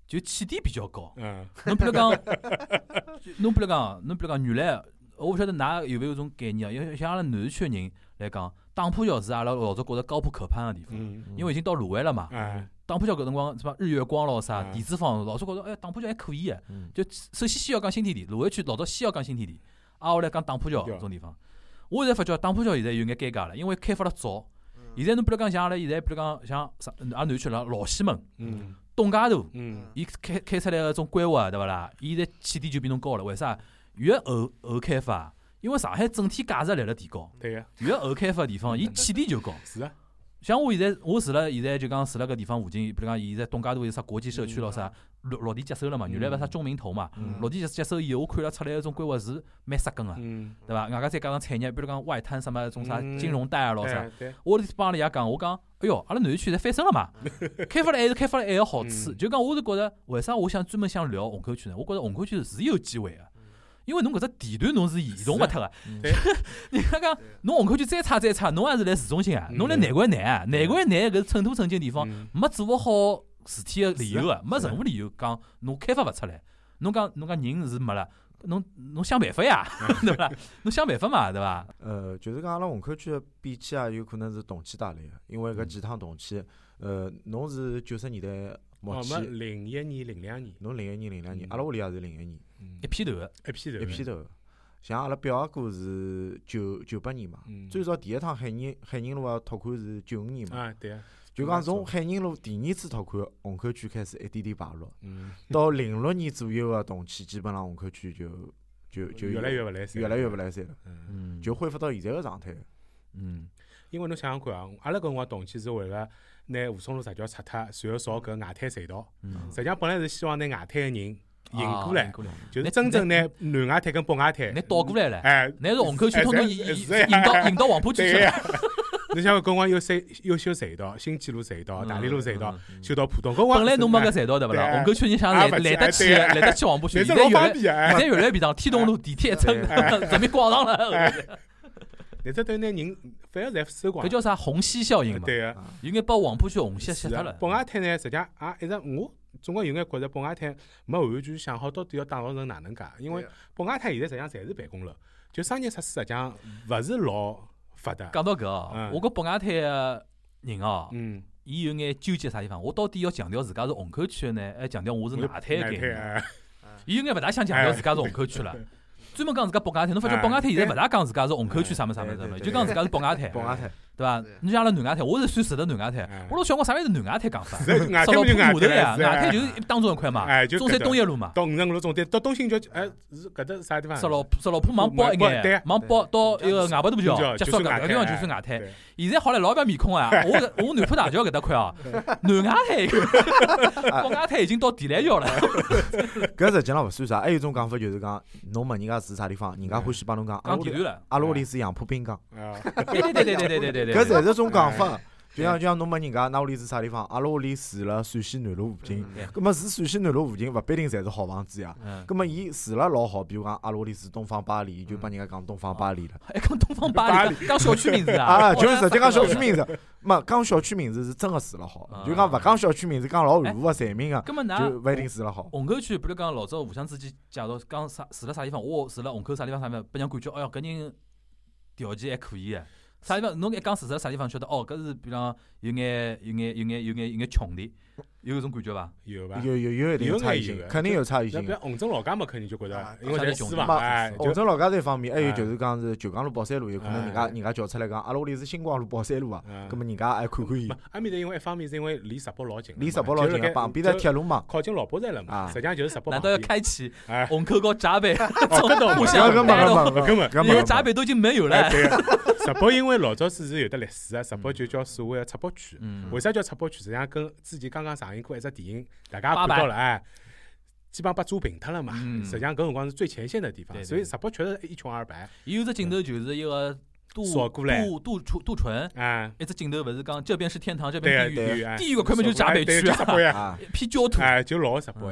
就起点比较高。
嗯，
侬比如讲，侬比如讲，侬比如讲，原来我勿晓得㑚有没有种概念啊？因为像阿拉南市区的人来讲，打浦桥是阿拉老早觉着高不可攀的地方，
嗯，
因为已经到卢湾了嘛。
哎，
打浦桥搿辰光什么日月光咯啥，
嗯
地子坊老早觉着哎打浦桥还可以个。
嗯
就首先先要讲新天地，卢湾区老早先要讲新天地，挨下来讲打浦桥搿种地方。我现在发觉打浦桥现在有眼尴尬了，因为开发了早。现在侬比如讲像阿拉现在，比如讲像啥阿拉南区啦，老西门、
嗯
董家渡，
嗯
伊开开出来个种规划对勿啦？伊现在起点就比侬高了，为啥？越后后开发，因为上海整体价值来了提高，
对个，
越后开发地方，伊起点就高。
是啊，
像我现在，我住了现在就讲住了搿地方附近，比如讲现在董家渡有啥国际社区咯啥，落落地接收了嘛，原来勿是啥中民投嘛，
嗯
落地接收以后，我看了出来个种规划是蛮扎根个，
嗯，
对伐？外加再加上产业，比如讲外滩什么种啥
嗯
金融带啊咯啥，
哎对，
我帮阿拉爷讲，我讲，哎哟，阿拉南区侪翻身了嘛，开发了还是开发了还有好处，
嗯
就讲我是觉着，为啥我想专门想聊虹口区呢？我觉着虹口区是有机会个。因为侬搿只地段侬是移动勿脱个，
对，
你看讲侬虹口区再差再差，侬还是来市中心啊，
嗯
侬来南关南啊，南关南搿寸土寸金地方
嗯
没做勿好事体个理由个，没任何理由讲侬开发勿出来。侬讲侬讲人是没了，侬侬想办法呀，对勿啦？侬想办法嘛，对伐？
呃，就是讲阿拉虹口区的变迁啊，有可能是同期带来的，因为搿几趟同期，呃，侬是九十年代末
哦，
期
没，零一年、零两年，
侬零一年、零两年，
嗯
阿拉屋里也是零一年，
嗯
一批头个，
一批头，
一批，头。像阿拉表阿哥是九九八年嘛，
嗯，
最早第一趟海人海人路个拓宽是九五年嘛，
啊，对啊，
就讲从海人路第二次拓宽，虹口区开始一点点排落，
嗯，
到零六年左右个同期，基本上虹口区就就就
越来越勿来三，
越来越勿来三了，
嗯，
嗯，
就恢复到现在个状态。
嗯
因为侬想想看啊，阿拉搿辰光动迁是为了拿吴淞路石桥拆脱，随后造搿外滩隧道。
嗯，
实际上本来是希望拿外滩个人引过来，
啊过来，
就是真正拿南外滩跟北外滩
拿，倒过来了，
哎，
拿从虹口区
哎
通通
是
引引
是
引到引到黄浦区去了。
对呀。侬想搿辰光又修又修隧道，新纪路隧道、大理路隧道修到浦东，搿辰光
本来侬没搿隧道对勿啦？
对
虹口区人想来
啊勿去
来得去
对
来得去黄浦区，
但是老
现在越来
方便啊，
现在越来越便当，天东路地铁一乘，人民广场了。
但是等拿人反而侪收光
搿。叫啥虹吸效应嘛？
对个，
有眼把黄浦区虹吸吸
是啊
脱了。
北外滩呢，实际上也一直我总归有眼觉着北外滩没完全想好到底要打造成哪能介，因为北外滩现在实际上侪是办公楼，就商业设施实际上勿是老发达。
讲到搿哦
嗯，
我觉北外滩个人哦，
嗯，
伊有眼纠结啥地方？我到底要强调自家是虹口区的呢，还强调我是外滩个概念？
啊，
伊有眼勿大想强调自家是虹口区了。专门讲自家北外滩，侬发觉北外滩现在勿大讲自家是虹口区啥么啥么啥么，就讲自家是北外滩，
北外滩，
对伐？侬像阿拉南外滩，我是算实的南外滩
嗯，
我老小辰光啥物事南外滩讲法？
是外
少老浦
滩就外
码头呀，
滩
外滩就是一当中一块嘛，
哎，就
中山东一路嘛。
到五城路终点，到东兴桥，哎，是搿搭啥地方？
石老石老浦往北一
对
眼，往北到一个外白渡桥，结束搿个地方就算外滩。
对
现在好来老表面孔啊！我搿我南浦大桥搿搭块哦，南外滩，北外滩已经到地兰桥了。
搿实际上勿算啥，还有一种讲法就是讲，侬问人家住啥地方，人家欢喜帮侬讲，阿拉屋里
讲地段了。
阿拉屋里是杨浦滨江，
啊，
对对对对对对对对对。
搿侪是种讲法。就像就像侬问人家，㑚屋里是啥地方？阿拉屋里住辣陕西南路附近。葛末住陕西南路附近，勿必定侪是好房子呀。
嗯。
葛末伊住了老好，比如讲阿拉屋里是东方巴黎，伊就帮人家讲东方巴黎了。
还讲东方巴黎，讲小区名字啊？
啊，就是直接讲小区名字。没讲小区名字是真个住了好，就讲勿讲小区名字，讲老含糊个残名个，
根本
就
㑚
勿一定住了好。
虹口区，比如讲老早互相之间介绍讲啥住辣啥地方，我住辣虹口啥地方啥地方，拨人感觉，哎哟，搿人条件还可以个。啥地方？侬一讲住辣啥地方，晓得哦，搿是比方有眼有眼有眼有眼有眼穷的，有搿种感觉伐？
有伐？
有有有一定差异性，肯定有差异性。
那红镇老家嘛，肯定就觉着，因为
在
私房，哎，
红镇老家这方面，还有就是讲是九江路宝山路，有可能人家人家叫出来讲，阿拉屋里是星光路宝山路啊，葛末人家还看看伊。
阿面搭因为一方面是因为离石北老近，
离石北老近，旁边的铁路嘛，
靠近老北站了嘛，实际上就是石北。
难道要开启虹口和闸北互
相
根本根本，
因为闸北都已经没有了。
石北因为老早子是有的历史啊，石北就叫所谓的赤北区。为啥叫赤北区？实际上跟之前刚刚上映过一只电影，大家看到了哎，基本上把猪平脱了嘛。实际上搿辰光是最前线的地方，所以石北确实一穷二白。
伊有只镜头就是一个杜杜杜杜杜淳
啊，
一只镜头勿是讲这边是天堂，这边地狱，
地
狱个块嘛就是闸北区
啊，
一片焦土，
哎，就老石北呀。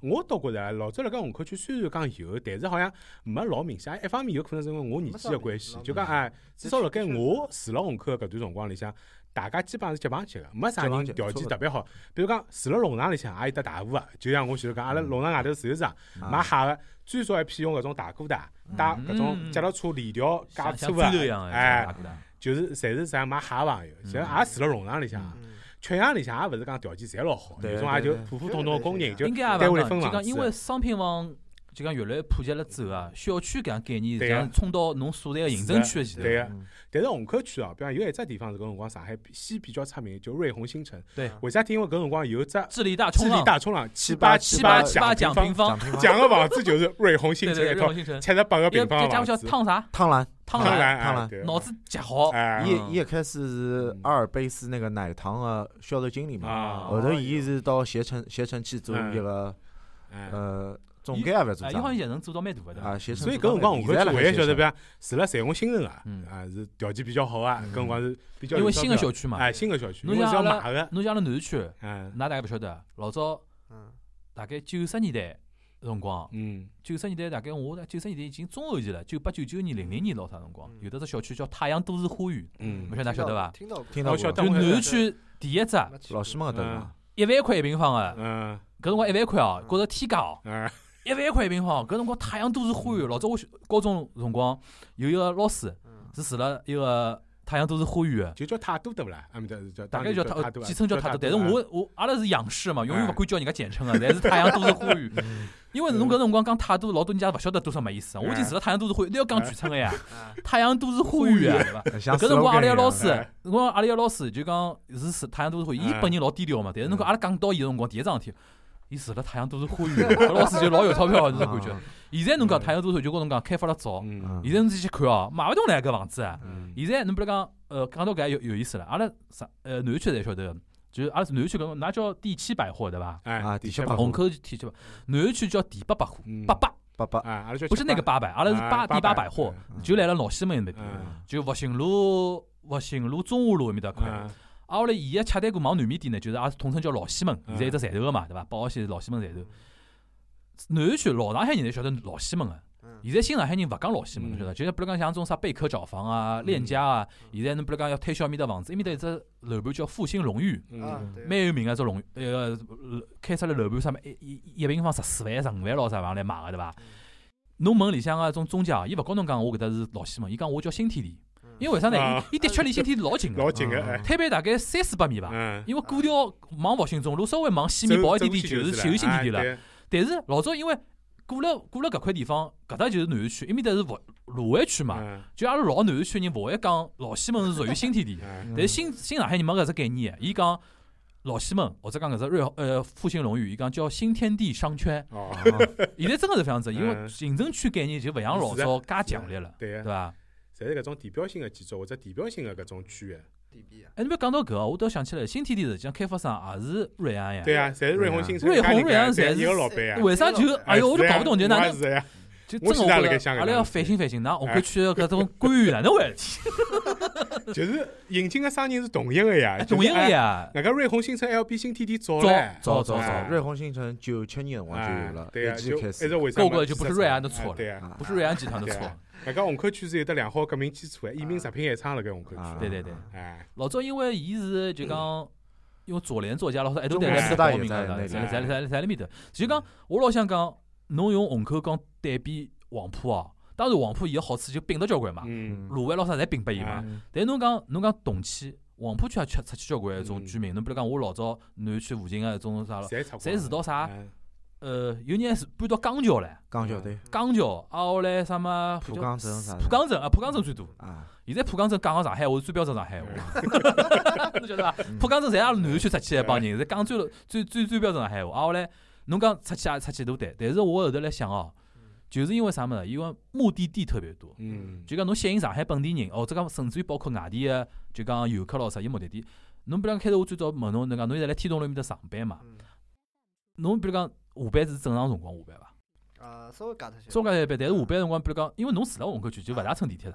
我倒觉着老早辣盖虹口区虽然讲有，但是好像没老明显。一方面有可能是因为我年纪的关系，就讲哎，至少辣盖我住辣虹口搿段辰光里向，大家基本上是结帮结个，没啥人条件特别好。比如讲住辣弄堂里向也有得大户个，就像我前头讲，阿拉弄堂外头自由市场买蟹个，最少一批用搿种大哥大，带搿种脚踏车链条加车个，哎，就是侪是啥买蟹朋友，其实也住辣弄堂里向。确阳里向也勿是讲条件侪老好，有种也就普普通通个工人，就单位里分房子。
就讲因为商品房就讲越来越普及了之后啊，小区搿样概念实际上冲到侬所在个行政区个前头。
对个，但是虹口区哦，比方有一只地方是搿辰光上海西比较出名，就瑞虹新城。
对。
为啥？因为搿辰光有只
智力大冲浪，
智力大冲浪七
八
七
八
七
奖平方，
奖个房子就是瑞虹新城一套七十八个平方房子。
叫汤啥？
汤兰。
汤
兰，
汤兰，
脑子极好。
伊伊一开始是阿尔卑斯那个奶糖的销售经理嘛，后头伊是到携程携程去做一个呃总监也勿做啥。
伊好像也能做到蛮大个的
啊，携程。
所以搿辰光虹口区唯一晓得，比方住辣彩虹新城啊，啊是条件比较好啊，搿辰光是比较
因为新个小区嘛，
哎新个小区，
侬像
阿拉
侬像阿拉南区，㑚大概勿晓得，老早大概九十年代。辰光，嗯，九十年代大概我九十年代已经中后期了，九八九九年、零零年老啥辰光，有的只小区叫太阳都市花园，嗯，勿晓得㑚晓得伐？
听到过，
听到过。
就南区第一只
老西门个头嘛，
一万块一平方个，
嗯，
搿辰光一万块哦，觉着天价哦，一万块一平方，搿辰光太阳都市花园，老早我高中辰光有一个老师是住了一个太阳都市花园个，
就叫太多对勿啦？阿面搭是叫
大概叫太，简称叫太多，但是
我
我阿拉是仰视嘛，永远勿敢叫人家简称个，侪是太阳都市花园。因为侬搿辰光讲太多，老多人家勿晓得多少没意思。我已经住了太阳都市花园，都要讲全称个呀。太阳都市花园啊，对伐？搿辰光阿拉个老师，辰光阿拉个老师就讲是住太阳都市花园，伊本人老低调嘛。但是侬讲阿拉讲到伊个辰光，第一桩事体，伊住了太阳都市花园，搿老师就老有钞票个，就是感觉。现在侬讲太阳都市就跟侬讲开发了早，现在侬去看哦，买勿动唻搿房子啊。现在侬比如讲，呃，讲到搿有有意思了，阿拉啥呃南区侪晓得。就是阿拉南区搿，㑚叫第七百货对伐？
啊，
第七百货。
虹口第七百，南区叫第八百货，八八
八八
啊，
不是那个八百，阿拉是八第八百货，就来了老西门那边，就复兴路、复兴路、中华路埃面搭块。啊，后来伊个洽谈过往南面点呢，就是也统称叫老西门，现在有只站头个嘛，对伐？八号线是老西门站头。南区老上海人侪晓得老西门个。现在新上海人勿讲老西门，侬晓得？就是比如讲像种啥贝壳找房啊、链家啊，现在侬比如讲要推销埃面搭房子，埃面搭有只楼盘叫复兴荣誉，蛮有名个只荣誉，呃，开出来楼盘啥么一一一平方十四万、十五万老啥房来买个对伐？侬问里向个种中介，伊勿告侬讲我搿搭是老西门，伊讲我叫新天地，因为为啥呢？伊的确离新天地老近个，
老近个，
摊板大概三四百米伐？因为过条往复兴中路稍微往西面跑一点点就是就新天地了。但是老早因为过了过了搿块地方，搿搭就是南岸区，埃面搭是福卢湾区嘛。嗯、就阿拉老南岸区人勿会讲老西门是属于新天地，嗯、但是新新上海人没搿只概念，伊讲老西门或者讲搿只瑞呃复兴荣誉，伊讲叫新天地商圈。哦，现在真个是搿样子，因为行政区概念就勿像老早介强烈了，
对
对伐？
侪是搿种地标性个建筑或者地标性个搿种区域。
哎，侬别讲到搿，我倒想起来，新天地实际上开发商也是瑞安呀。
对啊，侪是瑞虹新城。
瑞虹、瑞安侪
一个老板呀。
为啥就哎哟，我就搞不懂，就哪能？就真个我
觉
阿拉要反省反省，㑚虹口区搿种官员哪能回事
体？就是引进个商人是同一个呀，
同一个呀。
那个瑞虹新城还要比新天地早
嘞，早早早。瑞虹新城九七年辰光就有了，
对呀，就
开始。
个个就不是瑞安的错
了，
不是瑞安集团的错。
那个虹口区是有得良好革命基础的，益民食品业厂辣盖虹口区。
对对对，
哎，
老早因为伊是就讲，因为左联作家老早一直在来报名个，在在在在里面头。就讲我老想讲，侬用虹口讲对比黄埔哦，当然黄埔伊个好处就并得交关嘛，卢湾老啥侪并拨伊嘛。但侬讲侬讲动迁，黄埔区也出出去交关一种居民。侬比如讲我老早南区附近个一种啥了，侪住到啥？呃，有人是搬到江桥唻，
江桥对，
江桥啊，后来什么
浦江镇啥？
浦江镇啊，浦江镇最多啊。现在浦江镇讲个上海话是最标准上海话，侬晓得伐？浦江镇侪阿拉南区出去一帮人，侪讲最最最最标准上海话。啊，后来侬讲出去也出去都对，但是我后头来想哦，就是因为啥物事？因为目的地特别多，嗯，就讲侬吸引上海本地人，或者讲甚至于包括外地个，就讲游客咯啥，伊目的地。侬比如讲开头我最早问侬，侬讲侬现在来天洞路埃面搭上班嘛？侬比如讲。下班是正常辰光下班伐？
啊，稍微加脱些。
稍微加脱一班，但是下班辰光，比如讲，因为侬住辣虹口区，就勿大乘地铁辣盖。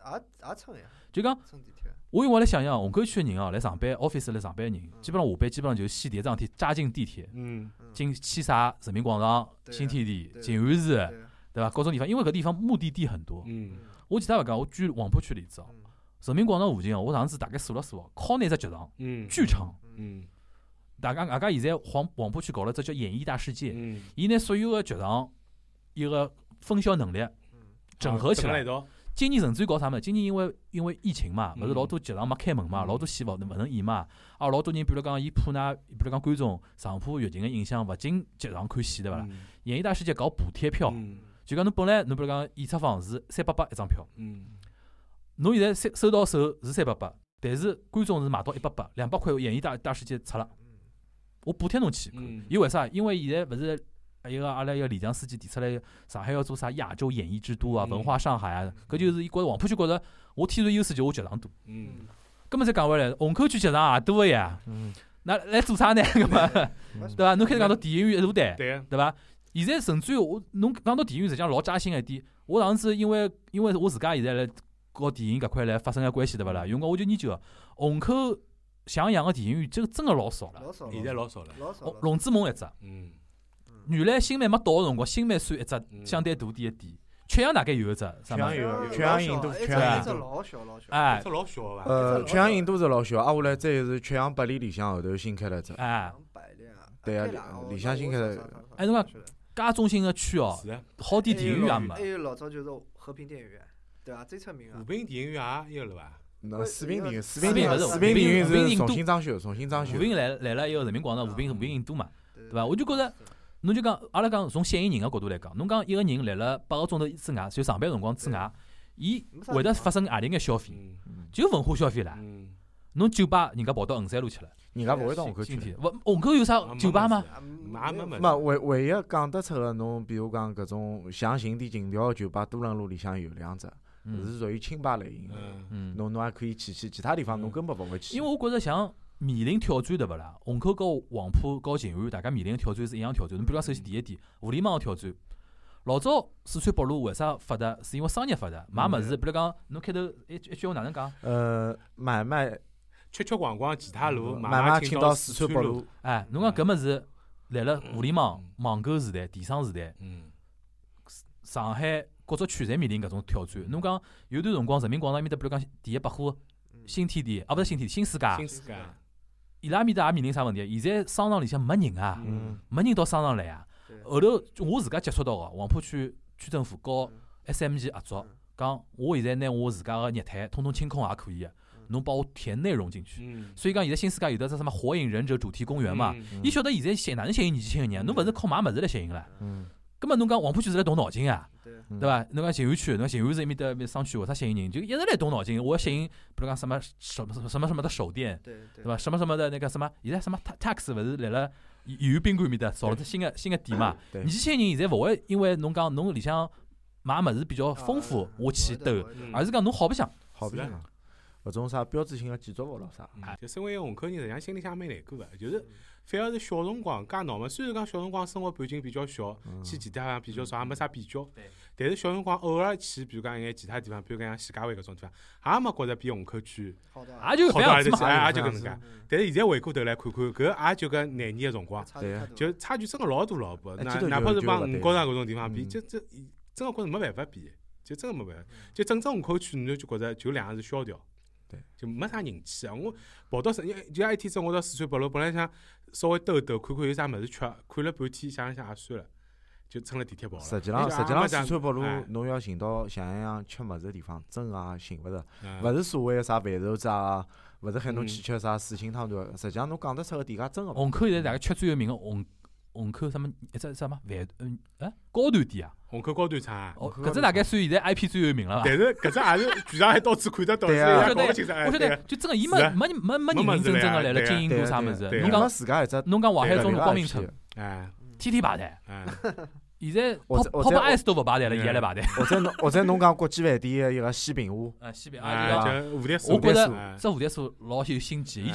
也也乘呀，
就讲
乘地铁。
我因为来想想，虹口区的人哦，来上班 office 来上班的人，基本上下班基本上就是先第一桩事体扎进地铁，
嗯，
进西沙人民广场、新天地、静安寺，对伐？各种地方，因为搿地方目的地很多。
嗯，
我其他勿讲，我举黄浦区例子哦，人民广场附近哦，我上次大概数了数，靠那只剧场，
嗯，
巨长。
嗯，
大家大家现在黄黄浦区搞了只叫演艺大世界，
嗯，
伊拿所有个剧场一个分销能力整合起来。今年甚至于搞啥么？今年因为因为疫情嘛，勿是老多剧场没开门嘛，老多戏勿勿能演嘛。啊，老多人比如讲，伊怕㑚，比如讲观众上坡疫情个影响，勿进剧场看戏对伐啦？演艺大世界搞补贴票，就讲侬本来侬比如讲演出方是三百八一张票，侬现在收收到手是三百八，但是观众是买到一百八，两百块演艺大大世界出了，我补贴侬去看。伊为啥？因为现在勿是。一个阿拉一个李强书记提出来，上海要做啥亚洲演艺之都啊，文化上海啊，搿就是伊觉着黄浦区觉着我天然优势就我剧场多。嗯。葛末再讲回来，虹口区剧场也多个呀。嗯。那来做啥呢？搿么，对伐？侬开始讲到电影院一大堆，对对伐？现在甚至于我侬讲到电影院，实际上老扎心个一点。我上次因为因为我自家现在来搞电影搿块来发生个关系，对伐啦？有辰光我就研究虹口像样个电影院，这个真个老少了。
现在老少了。
老少。
龙之梦一只。嗯。原来新美没到个辰光，新美算一只相对大点一点，缺氧大概有一只，
缺氧有，缺氧印度，缺氧
一只老小老小，
哎，
一只老小伐？
呃，缺氧印度是老小，挨下来再是缺氧百里里向后头新开了只，
哎，
对啊，里向新开了，
哎，侬讲介中心个区哦，好点电影院也没。
还有老早就是和平电影院，对伐？最出名个。
和平电影院也有了伐？
那四平电影，四平电影，四平电影是重新装修，重新装修。
和平来来了一个人民广场，和平和平印度嘛，对伐？我就觉着。侬就讲，阿拉讲从吸引人个角度来讲，侬讲一个人来了八个钟头之外，就上班辰光之外，伊会得发生何里眼消费？就文化消费啦。侬酒吧人家跑到衡山路去了，
人家勿会到虹口去。
勿虹口有啥酒吧吗？
没唯唯一讲得出个，侬比如讲搿种像寻点情调个酒吧，多伦路里向有两只，是属于清吧类型个。侬侬还可以去去，其他地方侬根本勿会去。
因为我觉着像。面临挑战对勿啦？虹口和黄浦和静安，大家面临个挑战是一样挑战。侬比如讲，首先第一点，互联网个挑战。老早四川北路为啥发达？是因为商业发达，买物事，比如讲，侬开头一一句话哪能讲？
呃，买卖
吃吃逛逛其他路，
买卖青岛四川北路。
哎，侬讲搿物事来了互联网网购时代、电商时代，上海各只区侪面临搿种挑战。侬讲有段辰光，人民广场埃面搭，比如讲第一百货、新天地，啊勿是新天地，新世界。
新世界。
伊拉面搭也面临啥问题？现在商场里向没人啊，没人到商场来啊。后头我自家接触到个黄浦区区政府和 S M G 合作，讲我现在拿我自家个业态统统清空也可以个，侬帮我填内容进去。所以讲现在新世界有得只什么火影忍者主题公园嘛，伊晓得现在吸哪能吸引年纪轻个人？侬勿是靠买物事来吸引了。葛末侬讲黄浦区是来动脑筋啊，对伐？侬讲静安区，侬讲静安是埃面搭商区，为啥吸引人？就一直来动脑筋。我要吸引，比如讲什么什么什么什么的手店，对伐？什么什么的那个什么，现在什么 tax 勿是来了怡园宾馆面搭造了只新个新个店嘛？年纪轻人现在勿会因为侬讲侬里向买物事比较丰富，我去兜，而是讲侬好白相，
好白相。搿种啥标志性个建筑物咯啥？
就身为虹口人，实际上心里向蛮难过个，就是反而是小辰光介闹嘛。虽然讲小辰光生活环境比较小，去其他地方比较少，也没啥比较。但是小辰光偶尔去，比如讲一眼其他地方，比如讲像徐家汇搿种地方，也没觉着比虹口区
好到，也就搿样子嘛，
也就搿能介。但是现在回过头来看看，搿也就搿廿年个辰光，就差距真个老大老大。哪哪怕是帮五角场搿种地方比，就这真个觉着没办法比，就真个没办法。就整整虹口区，侬就觉着就两个字萧条。就没啥人气啊！我跑到就像一天子我到四川北路，本来想稍微兜兜看看有啥物事吃，看了半天想一想也算了，就乘了地铁跑了。
实际上，实际上四川北路侬要寻到像样样吃物事个地方，真个也寻勿着。勿是所谓个啥饭头子啊，勿是喊侬去吃啥四清汤团。实际上侬讲得出个店家真个。
虹口现在大概吃最有名个虹虹口什么一只什么饭嗯哎高端店啊。
虹口高端餐，
哦，搿只大概算现在 I P 最有名了吧？
但是搿只也是全上海到处看得到，所以也搞勿清楚。
我晓得，就真个伊没没没没认认真真个来了经营过啥物事。侬讲
自家一只，
侬讲淮海中路光明城，
哎，
天天排队。现在泡泡泡 ice 都勿排队了，伊还来排队。
或者侬或者侬讲国际饭店个一个西平湖，
啊西平
啊，就蝴蝶
酥，我觉着这蝴蝶酥老有心机，伊就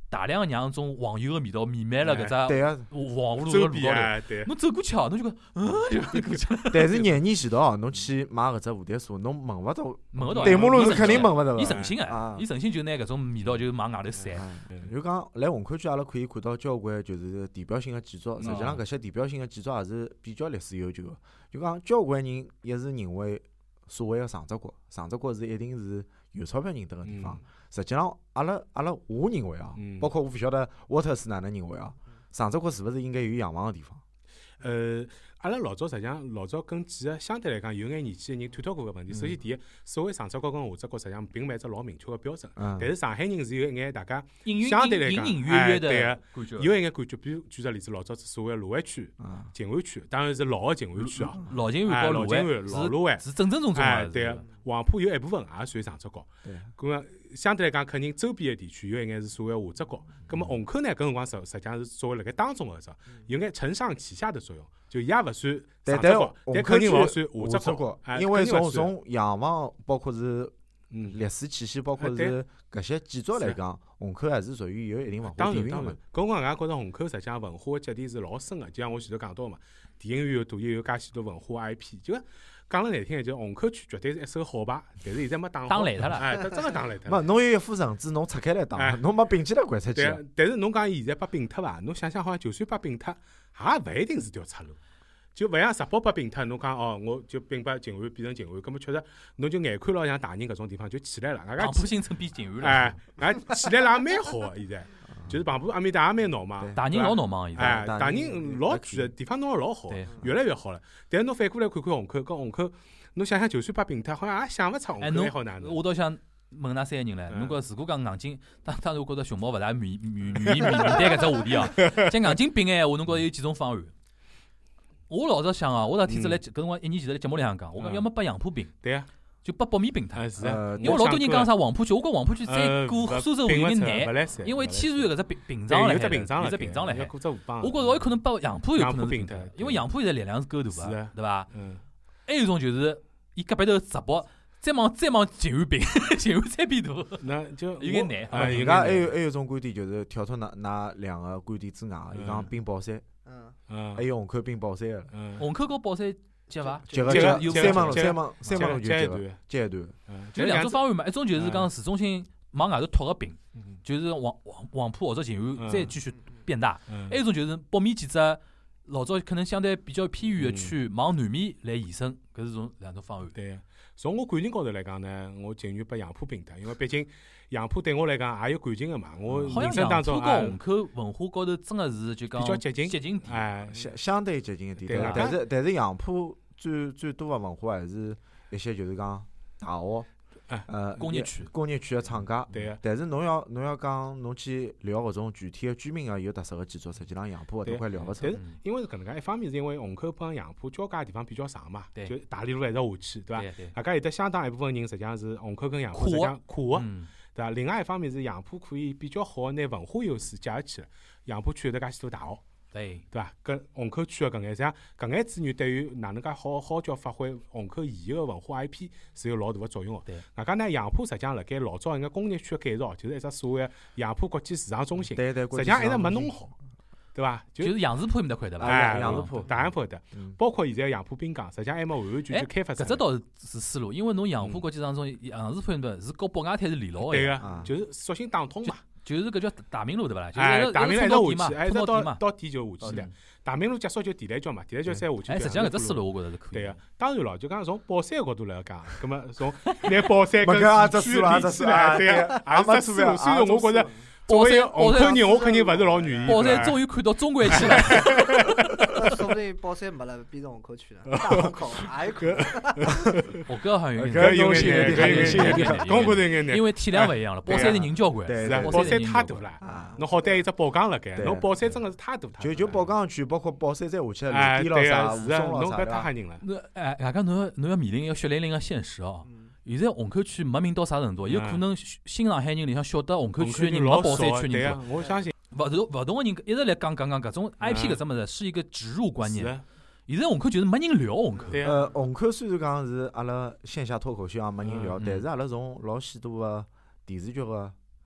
大量让种黄油个味道弥漫了搿只
对个，
黄河路
周
个路高头。
边啊，对，
侬走过去哦，侬就讲，嗯，就过去了。
但是廿年前头哦，侬去买搿只蝴蝶酥，侬闻勿到，
闻勿到。
对马路是
伊
肯定闻勿到个。
伊诚心
啊
个，伊诚心就拿搿种味道就往外头散。
就讲来红磡区，阿拉可以看到交关就是地标性个建筑，
嗯
实际上搿些地标性个建筑也是比较历史悠久个。就讲交关人一是认为所谓个上只角，上只角是一定是有钞票认得个地方。实际上，阿拉阿拉我认为啊，包括我勿晓得沃特斯哪能认为啊，上只角是勿是应该有洋房个地方？
呃，阿拉老早实际上老早跟几个相对来讲有眼年纪个人探讨过搿问题。首先，第一，所谓上只角跟下只角实际上并没一只老明确个标准。但是上海人是有一眼大家相对来讲，
隐隐约约的感觉，
有一眼感觉。比如举个例子，老早子所谓卢湾区、静安区，当然是老个静安区啊，
老静安和卢湾，
老卢湾
是正正宗宗
个。对个，黄浦有一部分也算上只角。对，咁么相对来讲，肯定周边个地区有一眼是所谓下只角。咁么虹口呢，搿辰光实实际上是作为辣盖当中个一只，有眼承上启下的作用。就伊也勿算上只角，但肯定勿算下只角，
因为从从洋房，包括是历史气息，包括是搿些建筑来讲，虹口还是属于有一定文化底蕴个嘛。
搿辰光，俺觉着虹口实际上文化个积淀是老深个，就像我前头讲到嘛，电影院又多，又有介许多文化 I P，就讲了难听点，就虹口区绝对是一手好牌，但是现在没打好。
打烂脱了，
哎，真个打烂脱
了。没，侬有一副橙子，侬拆开来打，侬没并起来掼出去。
对，但是侬讲现在把并脱伐？侬想想好像就算把并脱，也勿一定是条出路。就勿像石宝把并脱，侬讲哦，我就并把静安变成静安，葛末确实侬就眼看牢像大人搿种地方就起来了，外加
庞浦新村变静安了，
哎，哎起来了也蛮好个，现在就是庞浦阿面搭也蛮闹忙，
大人老闹忙现在，
哎，大人老贵个地方弄得老好，越来越好了。但是侬反过来看看虹口，搿虹口，侬想想就算把并脱，好像也想勿出虹口还好哪能。
我倒想问㑚三个人唻，侬觉如果讲硬劲，当当然我觉着熊猫勿大愿愿愿意面对搿只话题哦。像硬劲并个闲话，侬觉着有几种方案？我老早想啊，我那天子来搿辰光一年前头来节目里向讲，我讲要么把杨浦并，
对啊，
就把北面并脱。
是啊，
因为老多人讲啥黄浦区，我觉黄浦区再过苏州河有眼难，因为天然有搿只屏屏障辣海，有只屏障辣海。我觉着我有可能把杨浦有可能并脱，因为杨浦现在力量是够大个，对伐？嗯。还有一种就是伊隔壁头直播，再往再往静安并，静安再变大，
那就
有眼难。
啊，人家还有还有一种观点就是跳脱那那两个观点之外，伊讲并宝山。嗯，还有虹口并宝山个，
虹口和宝山接伐？
接个接有三马路，三马三马路就接个接一段，
就两种方案嘛。一种就是讲市中心往外头拓个并，就是黄黄黄浦或者静安再继续变大；还有一种就是北面几只老早可能相对比较偏远个区往南面来延伸，搿是种两种方案。
对，从我感情高头来讲呢，我情愿把杨浦并脱，因为毕竟杨浦对我来讲也有感情个嘛。我人生当中
啊，虹口文化高头真个是就讲
比较接近
接近点，
哎，
相相对接近一点。但是但是杨浦最最多个文化还是一些就是讲大学。呃，
工业区，
工业区个厂家，
对个。
但是侬要侬要讲侬去聊搿种具体个居民个有特色个建筑，实际上杨浦搿块聊勿出。
但是因为是搿能介，一方面是因为虹口帮杨浦交界个地方比较长嘛，就大理路一直下去，对伐？大家有得相当一部分人实际上是虹口跟杨浦实际上跨个，对伐？另外一方面是杨浦可以比较好拿文化优势结合起来，杨浦区有得介许多大学。
对，
对伐？跟虹口区个搿眼像搿眼资源，对于哪能介好好叫发挥虹口现有个文化 I P 是有老大个作用个。
对，
外加呢，杨浦实际上辣盖老早一个工业区个改造，就是一只所谓杨浦国际市场中心，
对对，
实际上一直没弄好，对伐？
就是杨树浦面搭块对伐？
哎，
杨树浦、
大杨浦搭，包括现在杨浦滨江，实际上还没完完全全开发出来。
搿只倒是思路，因为侬杨浦国际市场中心，杨树浦面搭是和宝雅滩是连牢个，
对个，就是索性打通嘛。
就是搿叫大明路对伐？
哎，大明路一直下去，哎，一直到
到
到底就下去了。大明路结束就地雷桥嘛，地雷桥再下去。
哎，实际上搿只思路我觉着是可以。
对个，当然咯，就讲从宝山个角度来讲，葛末从拿宝山跟市区连起来，对个，也没错路。虽然我觉着作为虹口人，我肯定勿是老愿意。
宝山终于看到中关去了。
说不定宝山没了，变成虹口区了。大虹口也有可能。
我搿好像有
点
有
点
点
有点点，我觉着有点。
因为体量勿一样了，宝山的人交关，
是啊，宝山太大了，侬好歹有只宝钢辣盖，侬宝山真个是太大太。
就就宝钢区，包括宝山再下去，
哎，
对
啊，是啊，
侬
搿太吓人了。
侬哎，外加侬侬要面临一个血淋淋个现实哦。现在虹口区没名到啥程度，有可能新上海人里向晓得虹口区的人没宝山区人多。
我相信。
勿同勿同个人一直来讲讲讲搿种 I P 搿只物事是一个植入观念。现在虹口就是没人聊虹口。
呃，虹口虽然讲是阿拉线下脱口秀也没人聊，但是阿拉从老许多个电视剧个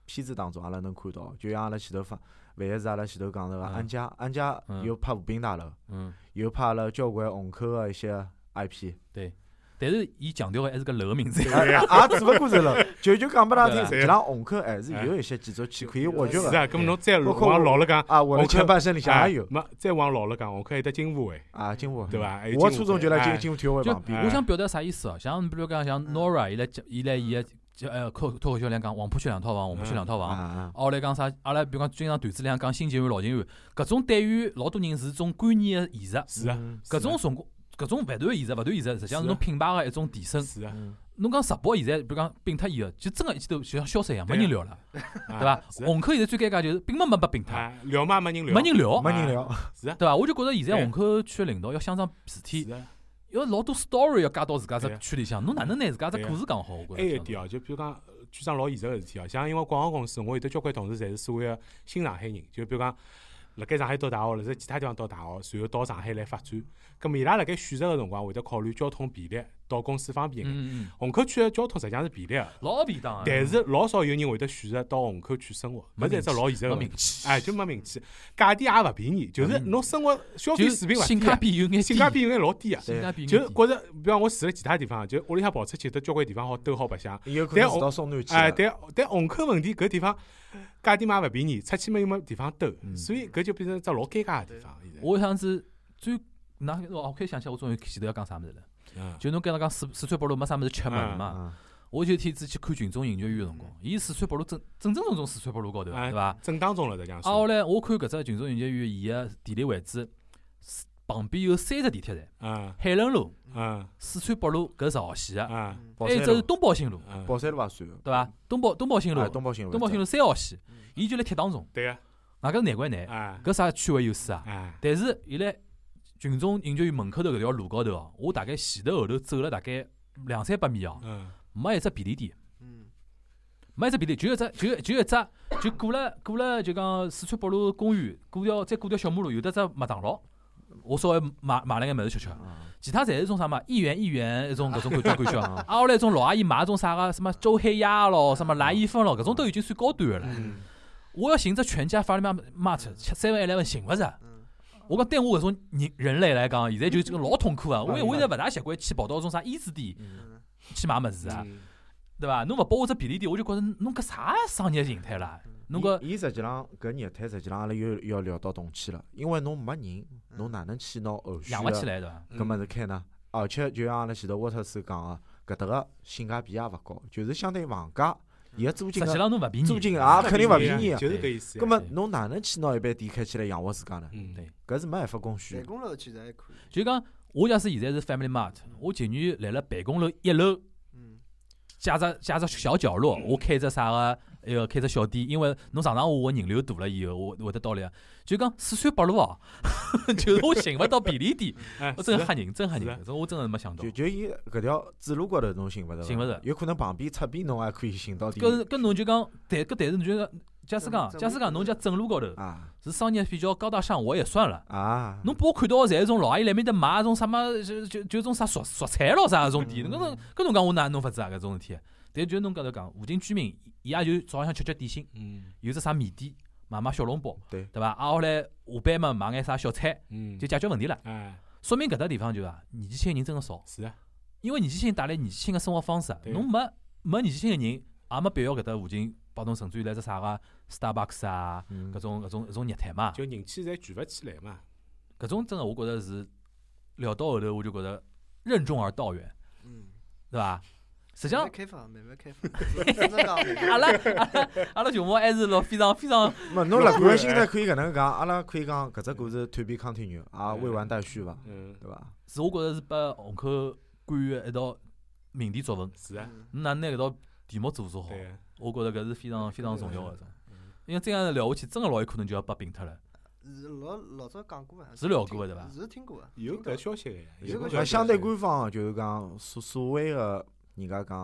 片子当中，阿拉能看到，就像阿拉前头发，万一是阿拉前头讲的个安家，安家又拍《无兵大楼》，
嗯，
又拍了交关虹口个一些 I P。
对。但是伊强调个还是个楼个名字，
也只勿过是楼，就就讲拨大家听，实际上虹口还是有一些建筑区可以挖掘个。
是啊，搿么侬再往老了讲，
啊，我的前半生里向也有。
没，再往老了讲，虹口还得金华会。
啊，金华
对伐？
我初中就来金金华体育会旁边。
我想表达啥意思哦？像比如讲像 Nora 伊来伊来伊个呃脱脱口秀里讲黄浦区两套房，黄浦区两套房。后来讲啥？阿拉比如讲经常段子里向讲新静安、老静安，搿种对于老多人是种观念个艺术。
是啊，
搿种从搿种勿断艺术，勿断艺术，实际上是侬品牌个一种提升。
是啊，
侬讲石宝现在，比如讲并脱以后，就真个一记头就像消失一样，没人聊了，对伐？虹口现在最尴尬就是并没没被并脱，
聊嘛没人聊，
没人聊，
没人聊，
是啊，
对伐？我就觉着现在虹口区领导要想桩事体，要老多 story 要加到自家只区里向，侬哪能拿自家只故事讲好？我觉着。
还有一点哦，就比如讲，举桩老现实个事体哦，像因为广告公司，我有得交关同事侪是所谓个新上海人，就比如讲。辣盖上海读大学，辣在其他地方读大学，随后到上海来发展。咁么伊拉辣盖选择个辰光，会得考虑交通便利，到公司方便眼。虹口区个交通实际上是便利个，
老便当。
但是老少有人会得选择到虹口区生活，搿是一只老现实个问题。哎，就没名气，价钿也勿便宜，就是侬生活消费水平勿低，
性价比有眼
性价比有眼老低啊。
性价比
就觉着，比方我住辣其他地方，就屋里向跑出去，得交关地方好兜好白相。
有可能住到松南去。
哎，但但虹口问题搿地方。价钿嘛勿便宜，出去嘛又没地方兜，嗯、所以搿就变成一只老尴尬个地方。
我想是最，那我可以想起我终于前头要讲啥物事了。嗯、就侬刚才讲四四川北路没啥物事吃嘛嘛，嗯、我就天子去看群众音乐院个辰光，伊四川北路正正正宗宗四川北路高头，对伐？
正当中了，这样。
啊，后来我看搿只群众音乐院，伊个地理位置旁边有三只地铁站，嗯、海伦路、嗯、四川北路搿十号线个，嗯、还有一只是东宝新路，
宝山路也算，
对伐？东宝东宝新路，
东宝新路，
东宝新路三号线，伊就辣铁当中。
对个，
外加难怪难，搿啥区位优势啊？但是伊辣群众音乐院门口头搿条路高头哦，我大概前头后头走了大概两三百米哦，没一只便利店，没一只便利，就一只就就一只，就过了过了就讲四川北路公园，过条再过条小马路，有得只麦当劳。我稍微买买了眼物事吃吃，其他侪是种啥嘛，一元一元一种搿种感觉感觉啊。啊，后来种老阿姨买种啥个什么周黑鸭咯，什么来一份咯，搿种都已经算高端个了。我要寻只全家 Family Mart 七 seven eleven 寻勿着。我讲对我搿种人人类来讲，现在就老痛苦啊！我我现在勿大习惯去跑到种啥衣饰店去买物事啊，对伐？侬勿拨我只便利店，我就觉着侬搿啥商业形态啦？侬搿
伊实际上搿业态实际上阿拉又要聊到动迁了，因为侬没人，侬哪能去拿后续
养勿起来对伐？
搿物事开呢？而且就像阿拉前头沃特斯讲个，搿搭个性价比也勿高，就是相对于房价，伊个租金
实际上侬勿便宜，
租金也肯定勿便宜，
就是搿意思。
搿么侬哪能去拿一爿店开起来养活自家呢？
嗯，对，
搿是没办法供需。
办公楼其实还可以。
就讲我假使现在是 Family Mart， 我情愿辣辣办公楼一楼，嗯，加只加只小角落，我开只啥个？哎哟，开只小店，因为侬上上下下人流大了以后，我会得道理啊。就讲四川北路哦，就是我寻勿到便利店，我真吓人，真吓人，这我真的没想到。
就就伊搿条主路高头侬寻勿着，
寻勿着，
有可能旁边侧边侬还可以寻到店。
搿搿侬就讲，但搿但是侬就讲，假使讲，假使讲侬家正路高头
啊，
是商业比较高大上，我也算了
啊。
侬拨我看到侪是种老阿姨来面搭买种啥么，就就就种啥蔬蔬菜咯啥搿种店，搿侬搿侬讲我哪弄法子啊搿种事体？但就侬搿头讲，附近居民伊也就早浪向吃吃点心，嗯，有只啥面店买买小笼包，
对
对伐？啊，后来下班嘛买眼啥小菜，嗯，就解决问题了。
哎，
说明搿搭地方就啊，年纪轻个人真个少。
是啊，
因为年纪轻人带来年纪轻个生活方式，侬没没年纪轻个人，也没必要搿搭附近帮侬甚至于来只啥个 Starbucks 啊，搿种搿种搿种业态嘛。
就人气侪聚勿起来嘛。
搿种真个我觉着是聊到后头，我就觉着任重而道远，嗯，对伐？实际上，
开放，慢慢开放。
阿拉阿拉阿拉节目还是老非常非常。
没，侬乐观个心态可以搿能讲，阿拉可以讲搿只故事推比康天牛也未完待续伐？嗯，对伐？
是我觉着是拨虹口官员一道鸣笛作文。
是啊。
侬哪能拿搿道题目做做好？我觉着搿是非常非常重要个。因为这样聊下去，真个老有可能就要被并脱了。
是老老早讲过个，
是聊过个对伐？
是听过个。
有搿消息个呀，有
搿相对官方就是讲所所谓个。人家讲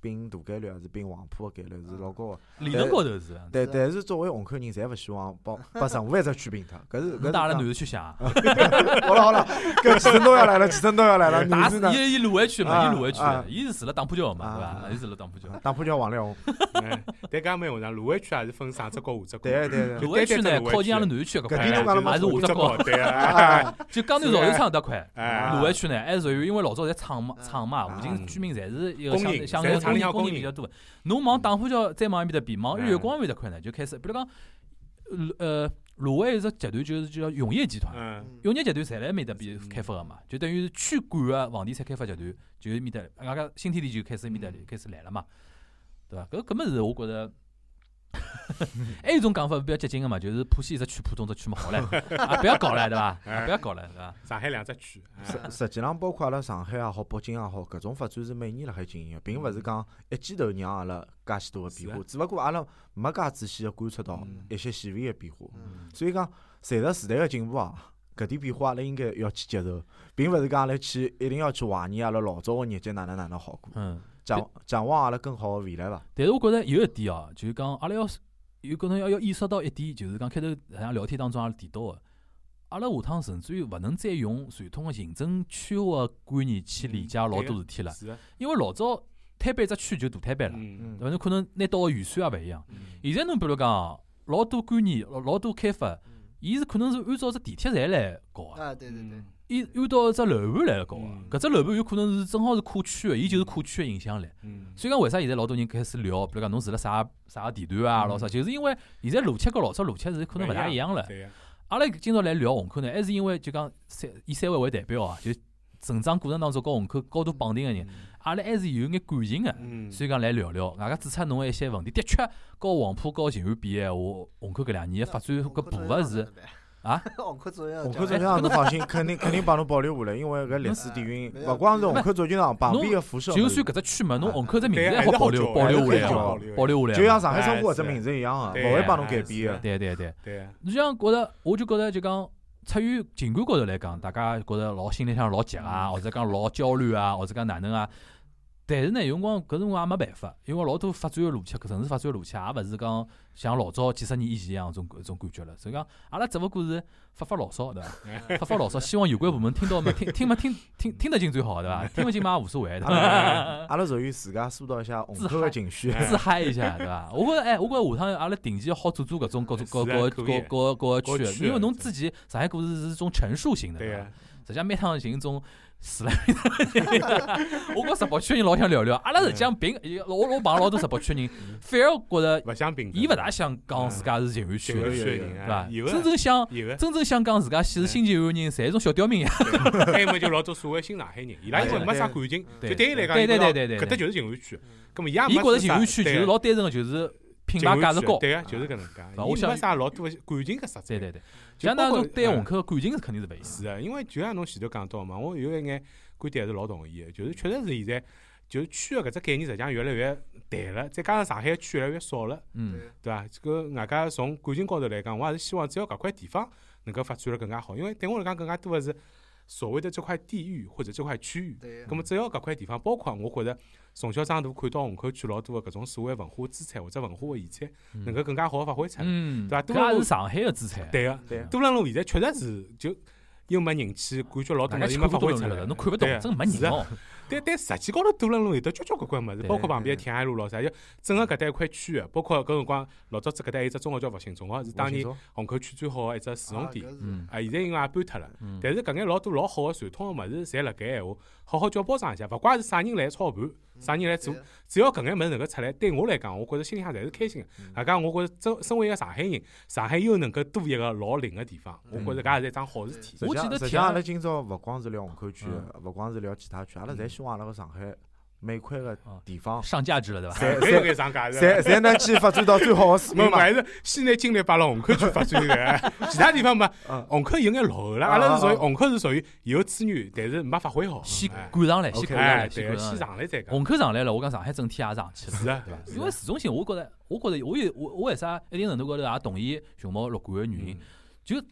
并大概率还是并黄埔个概率是老高个。
理论高头是。
但但是作为虹口人，侪勿希望帮把任何一只区并脱。搿是搿
带阿拉男士去想。
好了好了，搿几层都要来了，几层都要来了。
打
死呢！
伊伊卢湾区嘛，伊卢湾区，伊是住辣打浦桥嘛，对伐？伊是辣打浦桥。
打浦桥王力宏。
但搿蛮混账，卢湾区也是分上只高下只高。
对对对。
卢湾区呢，靠近阿拉南区搿块，还是下只高。
对啊。
就江南造船厂搭块，卢湾区呢还属于因为老早在厂嘛厂嘛，附近居民侪是一个相相对工人比较多。侬往打浦桥再往埃面搭比，往日月光埃面搭块呢，就开始，比如讲，呃，卢湾有只集团就是叫永业集团，永业集团侪辣埃面搭边开发个嘛，就等于是区管个房地产开发集团，就埃面搭，外加新天地就开始埃面搭开始来了嘛，对伐？搿搿么是我觉着。还有一种讲法比较接近个嘛，就是浦西一只区，浦东只区嘛，好唻，啊不要搞了，对伐？啊不要搞了，对伐？
上海两只区，
实实际上包括阿拉上海也好，北京也好，搿种发展是每年辣海进行个，并勿是讲一记头让阿拉介许多个变化，只勿过阿拉没介仔细个观察到一些细微个变化。所以讲，随着时代个进步啊，搿点变化阿拉应该要去接受，并勿是讲阿拉去一定要去怀念阿拉老早个日脚哪能哪能好过。嗯。展展望阿拉更好个未来伐？
但是我觉着有一点哦，就是讲阿拉要有可能要要意识到一点，就是讲开头好像聊天当中阿拉提到个，阿拉下趟甚至于勿能再用传统个行政区划观念去理解老多事体了，因为老早摊办一只区就大摊办了，对伐？侬可能拿到个预算也勿一样。现在侬比如讲老多观念、老多开发，伊是可能是按照只地铁站来搞个。
啊，对对对。
伊按照一只楼盘来搞个，搿只楼盘有可能是正好是跨区个，伊就是跨区个影响力。所以讲为啥现在老多人开始聊，比如讲侬住辣啥啥个地段啊，老啥，就是因为现在路铁跟老早路铁是可能勿大一样了。阿拉今朝来聊虹口呢，还是因为就讲三以三位为代表啊，就成长过程当中跟虹口高度绑定个人，阿拉还是有眼感情个，所以讲来聊聊，外加指出侬一些问题。的确，和黄埔和静安比闲话，虹口搿两年个发展搿步伐是。啊，
虹口足球
场，虹口足球场侬放心，肯定肯定帮侬保留下来，因为搿历史底蕴，勿光是虹口足球场旁边个辐射。
就算搿只区嘛，侬虹口只名字还好保留保留下来哦，保留下来。
就像上海申花搿只名字一样个，勿会帮侬改变个。
对对对。
对。
侬像觉着，我就觉着就讲，出于情感高头来讲，大家觉着老心里向老急啊，或者讲老焦虑啊，或者讲哪能啊？但是呢，有辰光搿辰光也没办法，因为老多发展个路线，搿城市发展个路线也勿是讲像老早几十年以前一样种种感觉了。所以讲，阿拉只勿过是发发牢骚，对伐？发发牢骚，希望有关部门听到没听听没听听听得进最好，对伐？听勿进嘛也无所谓，对伐？
阿拉属于自家疏导一下虹口个情绪，
自嗨一下，对伐？我觉着，哎，我觉着下趟阿拉定期好做做搿种各种各各各各各区，因为侬自己上海故事是种陈述型的，对伐？实际上每趟寻种。是了，我觉石北区人老想聊聊，阿拉实际上并我我碰老多石北区人，反而觉着
勿想并，
伊勿大想讲自家是静安区的人，对伐？
真
正想真正想讲自家是新静安人，侪是种小刁民呀。
还有么就老多所谓新上海人，伊拉因为没啥感情，就对伊来讲，
对对对对对，
搿搭就是静安区，葛末伊也
伊觉着静安区就是老单纯个，就是品牌价值高，
对个，就是搿能介，伊没啥老多感情搿色彩。
对对对，像那种对虹口感情是肯定是勿一样。
是个，因为就像侬前头讲到嘛，我有一眼。观点还是老同意个，就是确实是现在就是区个搿只概念实际上越来越淡了，再加上上海区越来越少了，嗯，对伐？这个外加从感情高头来讲，我还是希望只要搿块地方能够发展得更加好，因为对我来讲更加多的是所谓的这块地域或者这块区域。对。咁么只要搿块地方，包括我觉着从小长大看到虹口区老多个搿种所谓文化资产或者文化个遗产，能够更加好个发挥出来，
嗯，
对伐？
多伦路是上海个资产。
对个，对。多伦路现在确实是就。又没人气，感觉老多物事没发挥出来，
侬看勿懂，真没人哦。
但但实际高头多伦路有得交交关关物事，包括旁边天海路咯啥，就整个搿搭一块区个，包括搿辰光老早子搿搭有一只中学叫复兴中学，是当年虹口区最好个一只使用点。啊，现在因为也搬脱了，但是搿眼老多老好个传统个物事，侪辣盖闲话，好好叫包装一下，勿怪是啥人来操盘，啥人来做，只要搿眼物事能够出来，对我来讲，我觉着心里向侪是开心个。大家我觉着真身为一个上海人，上海又能够多一个老灵个地方，我觉着搿也是一桩好事体。
我记得，实际上阿拉今朝勿光是聊虹口区，勿光是聊其他区，阿拉侪希望阿拉个上海。每块个地方
上价值了，对伐？
侪该上价值，
侪侪能去发展到最好个水平嘛。
还是先拿精力摆辣虹口去发展的，其他地方嘛，虹口有眼落后了。阿拉是属于虹口是属于有资源，但是没发挥好。
先赶上来，先赶上来，
先先上来再讲。
虹口上来了，我讲上海整体也上去了，
是啊，
对伐？因为市中心，我觉着，我觉着，我有我我为啥一定程度高头也同意熊猫乐观个原因，就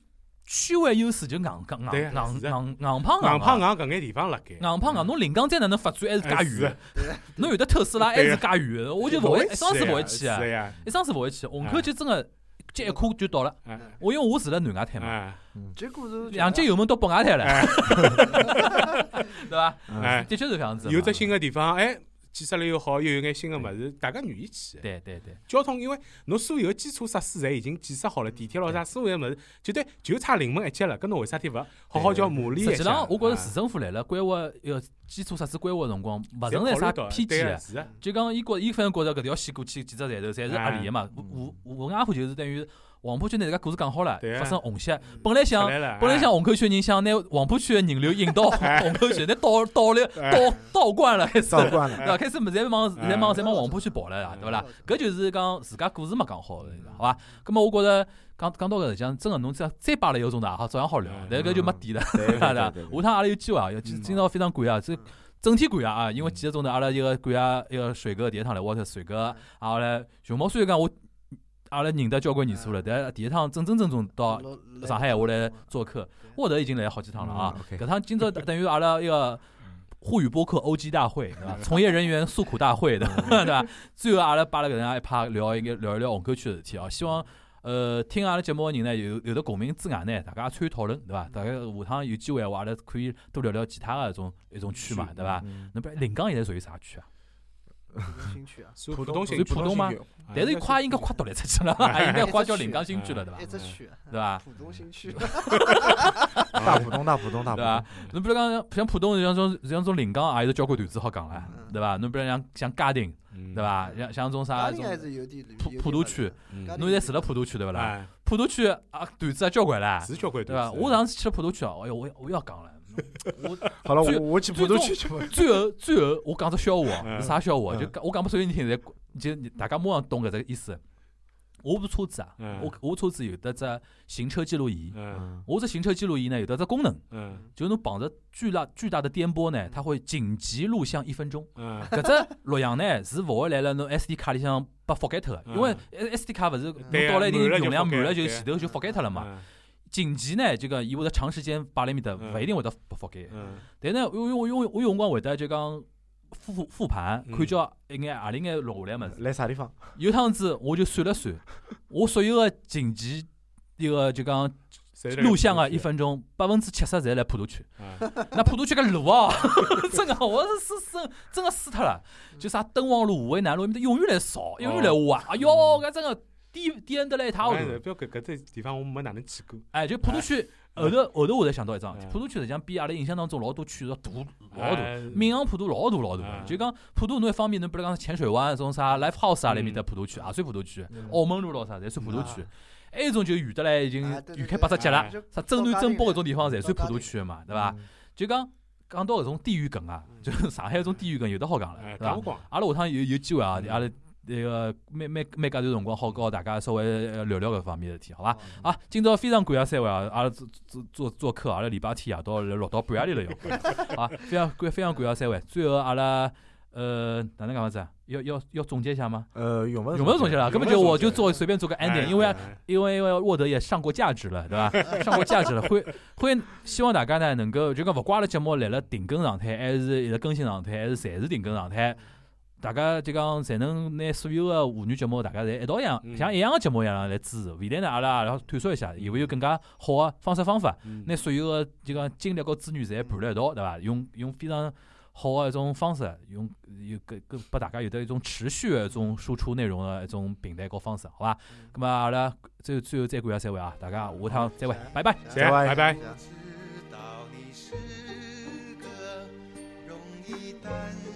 区位优势就硬硬硬
对
硬
是的
硬硬胖
硬胖
硬
硬搿眼地方辣盖，
硬胖硬，侬临港站哪能发展还是介
哎是
远？侬有的特斯拉还是介远的，我就勿会一桩事勿会去啊
是，呀，
一桩事勿会去。虹口就真个接一颗就到了。
哎
我因为我住辣南外滩嘛，
哎
结果是
两节油门到北外滩了，对伐？
哎，
的确是搿样子嘛。
有只新个地方，哎，建设了又好，又有眼新个物事，大家愿意去。
对对对，
交通，因为侬所有个基础设施侪已经建设好了，地铁咯啥，所有个物事，就对，就差临门一脚了。搿侬为啥体勿好好叫磨砺一下？
实际上，我觉着
啊
市政府来了规划一个基础设施规划个辰光，勿
侪
存在啥
考虑到
偏见个。
对啊是啊，
就讲伊觉，伊反正觉着搿条线过去几只站头侪是合理个嘛。吴吴吴雅虎就是等于黄浦区拿自家故事讲好了
对，啊
发生虹线，本来想
出来了
本来
哎
想虹口区人想拿黄浦区个人流引到虹口区，那倒倒了倒倒灌了开始，
倒灌了
对伐？开始侪往
哎
侪往侪往黄浦区跑了，对勿啦？搿就是讲自家故事没讲好，好伐？葛末我觉着讲讲到搿实际上真个侬再再摆了一个钟头也好，照样好聊，但搿就没底了，
对
对伐？
对对对
下趟阿拉有机会啊，要今今朝非常感谢啊，这整体感谢啊，因为几个钟头阿拉一个感谢一个水哥第一趟来沃特水哥，然后来熊猫虽然讲我阿拉认得交关年数了，但第一趟正正正正到上海我来做客，沃德已经来好几趟了啊
嗯，，OK
搿趟今朝等于阿拉一个沪语播客 O G 大会，对伐？从业人员诉苦大会的，对伐？最后阿拉摆了搿能样一趴聊一个聊一聊虹口区的事体啊，希望。呃，听阿拉节目个人呢，有有的共鸣之外呢，大家参与讨论，对伐？大家下趟有机会话，阿拉可以多聊聊其他个一种一种区嘛，对伐？侬不临港现在属于啥区啊？
新区啊，
属
浦
东新区
属于浦东吗
新区
但是快应该快独立出去了，应该快叫临港新区了，对伐
一？只区，
对伐？
浦东新区，
大浦东，大浦东，大浦
对伐
东，？
侬比如讲像浦东像种像种临港也有交关段子好讲唻，
嗯
对伐？侬比如像像嘉定，
嗯
对伐？像像种啥
嘉定还
种
是有点
普
有点
普渡区，
嗯
嘉定
侬现在住辣普渡区对勿啦？
哎，
普渡区啊段子也交关唻，
是交关
对伐？我上次去了普渡区哦，哎哟，我我要讲了，我
好了，
最
我我去浦东去去吧。
最后最后我讲只笑话，
嗯
是啥笑话？
嗯
就讲我讲拨所有人听，侪就大家马上懂搿只意思。我部车子啊，
嗯
我我车子有得只行车记录仪，
嗯
我这行车记录仪呢有得只功能，
嗯
就是侬碰着巨大巨大的颠簸呢，它会紧急录像一分钟。
嗯
搿只录像呢是勿会来了侬 S D 卡里向被覆盖脱个，
嗯
因为 S D 卡勿是侬
对啊
到了一定
满了就
容量
覆盖
满了就
对
前头就覆盖脱了嘛。
嗯
紧急呢，这个伊会得长时间摆辣面搭，
嗯
勿一定会得被覆盖。
嗯
但呢，我我我我有辰光会得就讲复复盘，
嗯
看叫一眼何里眼录下来物事。
来啥地方？
有趟子我就算了算，我所有个紧急一个就讲
侪辣
录像啊，
浦东区
一分钟百分之七十侪辣普渡区。
啊
那普渡区个路哦，真个我是死死真个死脱了。就啥敦煌路、武威南路，面搭永远来扫，永远来挖。哎哟，搿真个颠颠得来一塌糊涂。
哎不要搿搿只地方我没哪能去过，
哎，就普渡区后头后头我才想到一桩
嗯，
普渡区实际上比阿拉印象当中老多区要大老大。
哎
闵行普渡老大老大
嗯
个，就讲普渡侬一方面侬比如讲浅水湾种啥 live house 啊，里面的普渡区也算普渡区，澳门路咯啥侪算普渡区。还有一种就远得来已经
啊对对
远开八十级了
对，
啥真南真北搿种地方侪算普渡区个嘛，对伐？
嗯？
就讲讲到搿种地域梗啊，就是上海搿种地域梗有得好讲了，
哎，
对伐
大？光，
阿拉下趟有有机会啊，
嗯
阿拉那个每每每隔段辰光好跟大家稍微呃聊聊搿方面的事体，好伐？啊，今朝非常感谢三位啊，阿拉做做做做客，阿拉礼拜天夜到录到半夜里了要，啊，非常感非常感谢三位。最后阿拉呃哪能讲法子啊？要要要总结一下吗？
呃，有没有
有没有总结了？根本就我就做随便做个 ending，因为
哎
因为因为沃德也上过价值了，对吧？上过价值了，会会希望大家呢能够就讲勿怪阿拉节目来了停更状态，还是一直更新状态，还是暂时停更状态。大家就讲才能拿所有个妇女节目，大家侪一道一样，
嗯
像一样个节目一样来支持。未来呢，阿拉也要探索一下，有没有更加好个方式方法，
嗯
拿所有个就讲精力和资源侪盘辣一道，对伐？用用非常好个一种方式，用有搿搿拨大家有得一种持续个一种输出内容个一种平台和方式，好伐？咁么阿拉最后最后再感谢三位啊，大家下趟再会，拜拜。
谢谢，拜拜。
我知道你是个容易担